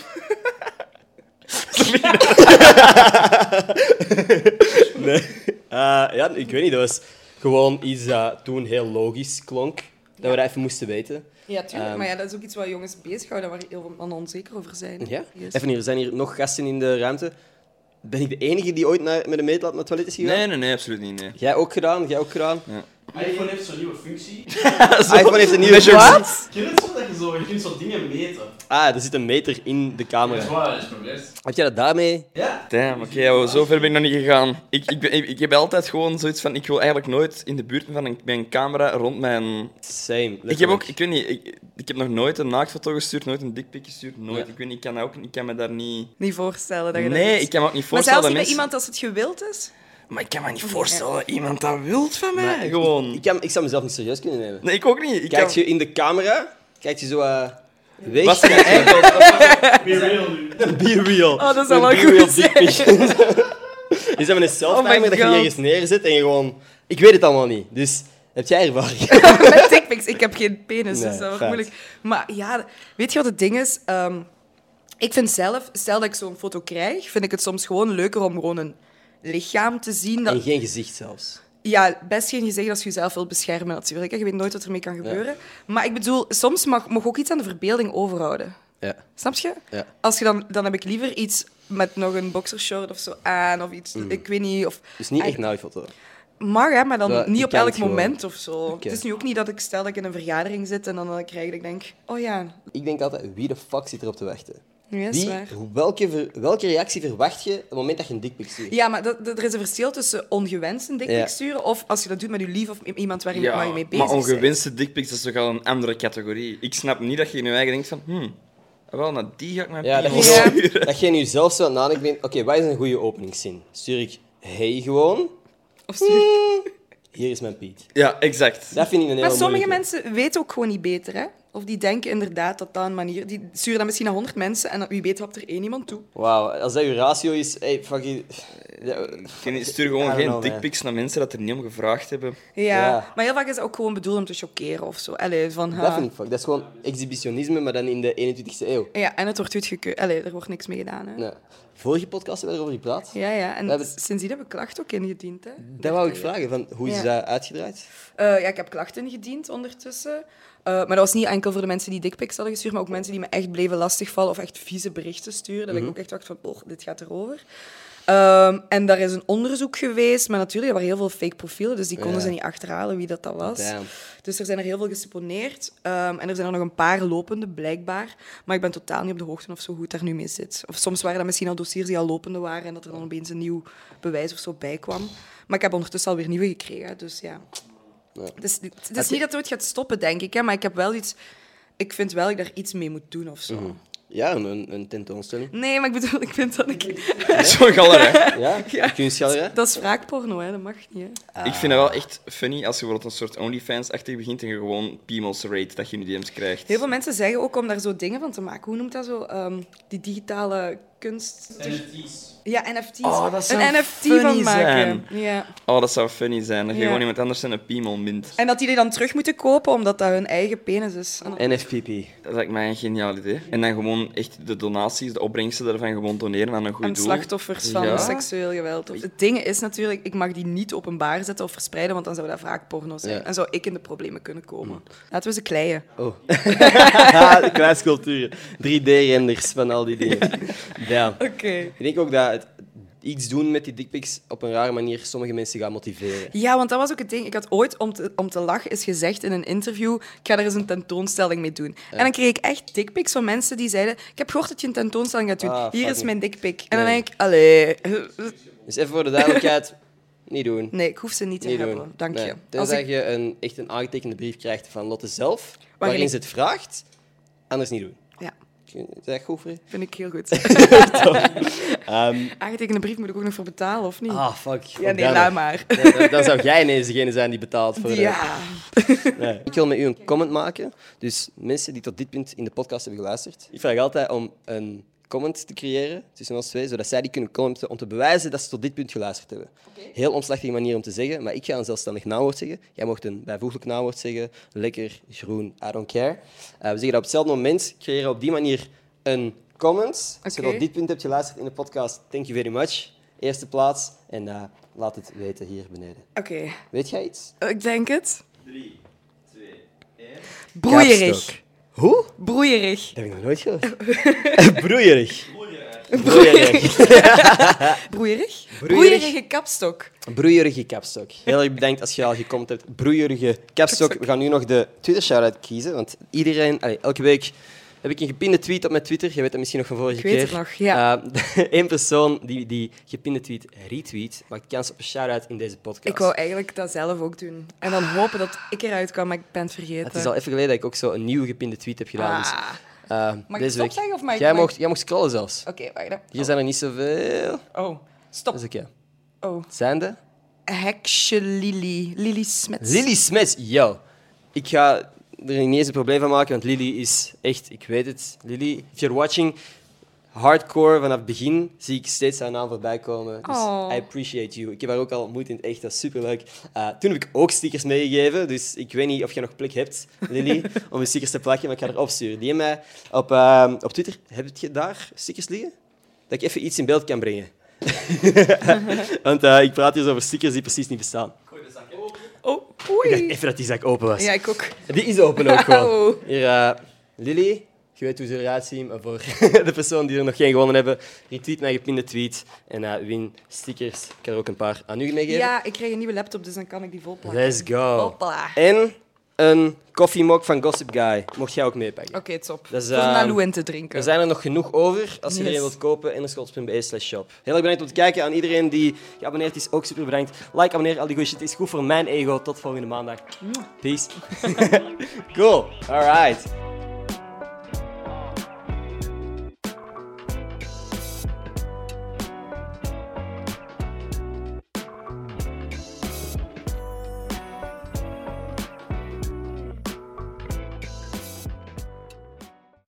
nee. Eh, ja, ik weet niet. Dat was gewoon iets dat toen heel logisch klonk. Dat we dat even moesten weten. Ja, tuurlijk. Ehm. maar ja, dat is ook iets wat jongens bezighouden, waar heel veel mannen onzeker over zijn. Ja? Yes. Even hier, er zijn hier nog gasten in de ruimte. Ben ik de enige die ooit naar, met een meetlat naar het toilet is gegaan? Nee, nee, nee, absoluut niet. Nee. Jij ook gedaan? Jij ook gedaan? iPhone heeft zo'n nieuwe functie. iPhone heeft een nieuwe... Wat? Ken je het zo dat je zo, je kunt zo dingen meten? Ah, er zit een meter in de camera. Dat is waar, dat is probleem. Heb jij dat daarmee? Ja? Damn, oké, okay, zo ver ben ik nog niet gegaan. Ik, ik, ben- ik, ik heb altijd gewoon zoiets van, ik wil eigenlijk nooit in de buurt van een, met een camera rond mijn... Same. Ik heb ook, ik weet niet, ik, ik heb nog nooit een naaktfoto gestuurd, nooit een dickpic gestuurd, nooit. Ja. Ik weet niet, ik kan, ook, ik kan me daar niet... Niet voorstellen dat je dat Nee, doet. ik kan me ook niet Maar voorstellen zelfs dat niet bij mensen... iemand als het gewild is? Maar ik kan me niet voorstellen dat iemand dat wilt van mij, Maar ik- gewoon. Ik, ik, kan, ik zou mezelf niet serieus kunnen nemen. Nee, ik ook niet. Ik Kijk kan... je in de camera, kijk je zo uh, weg. Was er kijk je- enkel... Be real nu. Be real. Oh, dat zou Een wel be real goed dick pic. Is dat met een self-timer Oh my dat je God. ergens neerzet en je gewoon... Ik weet het allemaal niet, dus heb jij ervaring? Met dickpics. Ik heb geen penis, Nee, dus dat wordt feit. moeilijk. Maar ja, weet je wat het ding is? Ehm, ik vind zelf, stel dat ik zo'n foto krijg, vind ik het soms gewoon leuker om gewoon een lichaam te zien. Dat, En geen gezicht zelfs. ja, best geen gezegd als je jezelf wilt beschermen natuurlijk. hè. Je weet nooit wat ermee kan gebeuren. Maar ik bedoel, soms mag, mag ook iets aan de verbeelding overhouden. Ja. Snap je? Ja. Als je dan, dan heb ik liever iets met nog een boxershort of zo aan, of iets, ik weet niet. Of, Dus niet echt Ah, na je foto. mag, hè, maar dan Ja, niet je op kan elk het gewoon. moment of zo. Oké. Het is nu ook niet dat ik stel dat ik in een vergadering zit en dan eh, krijg dat ik denk, oh ja, Ik denk altijd, wie de fuck zit erop te wachten? ja, dat is Wie, waar. welke, ver- welke reactie verwacht je op het moment dat je een dickpic stuurt? Ja, maar dat, dat- er is een verschil tussen ongewenst een dikpik Ja. sturen of als je dat doet met je lief of met iemand waar je, waar je mee bezig maar bent. ongewenste dickpics dat is toch al een andere categorie. Ik snap niet dat je in je eigen denkt van, hmm, wel, nou die ga ik mijn Ja, dat piemel je, Ja. sturen. dat je nu zelf zo nadenkt, denkt, oké, wat is een goede openingszin? Stuur ik hey gewoon, Of stuur ik- hier is mijn Piet. Ja, exact. Dat vind ik een hele Maar sommige moeilijke. mensen weten ook gewoon niet beter, hè? Of die denken inderdaad dat dat een manier... Die sturen dan misschien naar honderd mensen en wie weet wat er één iemand toe. Wauw, als dat je ratio is, hey, fuck you. Ja, Je stuur I gewoon don't geen know, man. dickpics naar mensen dat er niet om gevraagd hebben. Ja, Ja. maar heel vaak is het ook gewoon bedoeld om te choqueren of zo. Allee, van, ha. Dat vind ik fuck. Dat is gewoon exhibitionisme, maar dan in de eenentwintigste eeuw. Ja, en het wordt goedgekeurd. Allee, er wordt niks mee gedaan, hè? Ja. Vorige podcast hebben we erover gepraat. Ja, ja. En We hebben- sindsdien heb ik klacht ook ingediend, hè? Dat wou ik vragen, van, hoe is Ja. dat uitgedraaid? Eh, ja, ik heb klachten ingediend ondertussen. Eh, maar dat was niet enkel voor de mensen die dickpics hadden gestuurd, maar ook mensen die me echt bleven lastigvallen of echt vieze berichten sturen. Dat ik ook echt dacht van, oh, dit gaat erover. Ehm, en daar is een onderzoek geweest, maar natuurlijk, er waren heel veel fake profielen, dus die konden Ja. ze niet achterhalen wie dat, dat was. Damn. Dus er zijn er heel veel geseponeerd. Ehm, en er zijn er nog een paar lopende, blijkbaar. Maar ik ben totaal niet op de hoogte of zo goed daar nu mee zit. Of soms waren dat misschien al dossiers die al lopende waren en dat er dan opeens een nieuw bewijs of zo bij kwam. Maar ik heb ondertussen alweer nieuwe gekregen, dus ja. Ja. Het is, het is niet dat het ooit gaat stoppen, denk ik, hè, maar ik heb wel iets... Ik vind wel dat ik daar iets mee moet doen of zo. Ja, een, een tentoonstelling. Nee, maar ik bedoel, ik vind dat ik... Zo'n galerij. Ja, Ja. een kunstgalerij. Dat is wraakporno, hè. Dat mag niet, hè. Ik vind het wel echt funny als je bijvoorbeeld een soort OnlyFans-achtig begint en je gewoon piemels rate dat je in je D M's krijgt. Heel veel mensen zeggen ook om daar zo dingen van te maken. Hoe noemt dat zo? Ehm, die digitale kunst... N F T's. Ja, N F T's. Oh, dat zou een N F T funny van maken. zijn. Ja. Oh, dat zou funny zijn. Dat je Ja. gewoon iemand anders een piemel mint. En dat die die dan terug moeten kopen, omdat dat hun eigen penis is. En- N F P P. Dat lijkt mij een geniaal idee. En dan gewoon echt de donaties, de opbrengsten daarvan gewoon doneren aan een goed aan doel. slachtoffers van Ja. seksueel geweld. Of- Het ding is natuurlijk, ik mag die niet openbaar zetten of verspreiden, want dan zou dat wraakporno zijn. Ja. En zou ik in de problemen kunnen komen. Laten we ze kleien. Oh. De kleinsculpturen. drie D-renders van al die dingen. Ja. Oké. Ik denk ook dat het iets doen met die dickpics op een rare manier sommige mensen gaan motiveren. Ja, want dat was ook het ding. Ik had ooit om te, om te lachen eens gezegd in een interview, ik ga er eens een tentoonstelling mee doen. En dan kreeg ik echt dickpics van mensen die zeiden, ik heb gehoord dat je een tentoonstelling gaat doen. Ah, Hier is fucking- mijn dickpic. En dan Nee. denk ik, allee... Dus even voor de duidelijkheid, niet doen. Nee, ik hoef ze niet te Niet hebben. doen. Dank je. Nee. Als Tenzij ik- je een, echt een aangetekende brief krijgt van Lotte zelf, waarin ik- ze het vraagt, anders niet doen. Ja, Is dat goed voor je? vind ik heel goed. Ehm, Aangetekende brief moet ik ook nog voor betalen, of niet? ah, fuck. ja, nee, Damn. laat maar. Dan, dan- dan zou jij ineens degene zijn die betaalt voor de... Ja. Nee. Ik wil met u een comment maken. Dus mensen die tot dit punt in de podcast hebben geluisterd, ik vraag altijd om een comment te creëren tussen ons twee, zodat zij die kunnen commenten om te bewijzen dat ze tot dit punt geluisterd hebben. Heel omslachtige manier om te zeggen, maar ik ga een zelfstandig naamwoord zeggen. Jij mocht een bijvoeglijk naamwoord zeggen. Lekker, groen, I don't care. Uh, we zeggen dat op hetzelfde moment, creëren op die manier een comment. Als je Oké. tot dit punt hebt geluisterd in de podcast, thank you very much. Eerste plaats en uh, laat het weten hier beneden. Oké, Weet jij iets? ik denk het. drie, twee, één. Broeierig. Kapstok. Hoe? Broeierig. Dat heb ik nog nooit gehoord. Broeierig. Broeierig. Broeierig? Broeierig. Broeierige kapstok. Broeierige kapstok. Heel erg bedankt als je al gecomment hebt. Broeierige kapstok. We gaan nu nog de Twitter-shout-out kiezen. Want iedereen, allee, elke week heb ik een gepinde tweet op mijn Twitter. Je weet dat misschien nog van vorige Ik weet keer. het nog, ja. Eén persoon die die gepinde tweet retweet, maakt kans op een shout-out in deze podcast. Ik wou eigenlijk dat zelf ook doen. En dan hopen dat ik eruit kan, maar ik ben het vergeten. Het is al even geleden dat ik ook zo een nieuwe gepinde tweet heb gedaan. Dus, Ah. eh, Mag ik deze stop week. zeggen of mag ik- jij, mag mocht, ik- jij mocht scrollen zelfs. Oké, wacht. hè. Hier zijn er niet zoveel. Oh, stop. Dat is oké. Oh. Zijn de? Heksje Lily. Lily Smets. Lily Smets, yo. Ik ga er niet eens een probleem van maken, want Lily is echt, ik weet het. Lily, if you're watching, hardcore vanaf het begin zie ik steeds haar naam voorbij komen. Dus Oh. I appreciate you. Ik heb haar ook al ontmoet in het echt, dat is superleuk. Uh, toen heb ik ook stickers meegegeven, dus ik weet niet of je nog plek hebt, Lily, om je stickers te plakken, maar ik ga erop sturen. Die mij op, uh, op Twitter, heb je daar stickers liggen? Dat ik even iets in beeld kan brengen. Want uh, ik praat hier over stickers die precies niet bestaan. Oh, Ik oei. dacht even dat die zak open was. Ja, ik ook. Die is open ook gewoon. Oh. Hier, uh, Lily, je weet hoe ze eruit zien, maar voor de personen die er nog geen gewonnen hebben, retweet mijn gepinde tweet en uh, win stickers. Ik kan er ook een paar aan u meegeven. Ja, ik krijg een nieuwe laptop, dus dan kan ik die vol plakken. Let's go. Hopla. En een koffiemok van Gossip Guy. Mocht jij ook meepakken. Oké, top. Dat is, Voor ehm, Nalou in te drinken. Er zijn er nog genoeg over als je er Yes. een wilt kopen. enerschots punt b e slash shop. Heel erg bedankt om te kijken. Aan iedereen die geabonneerd is, ook super bedankt. Like, abonneer, al die goede shit. Het is goed voor mijn ego. Tot volgende maandag. Peace. Cool. All right.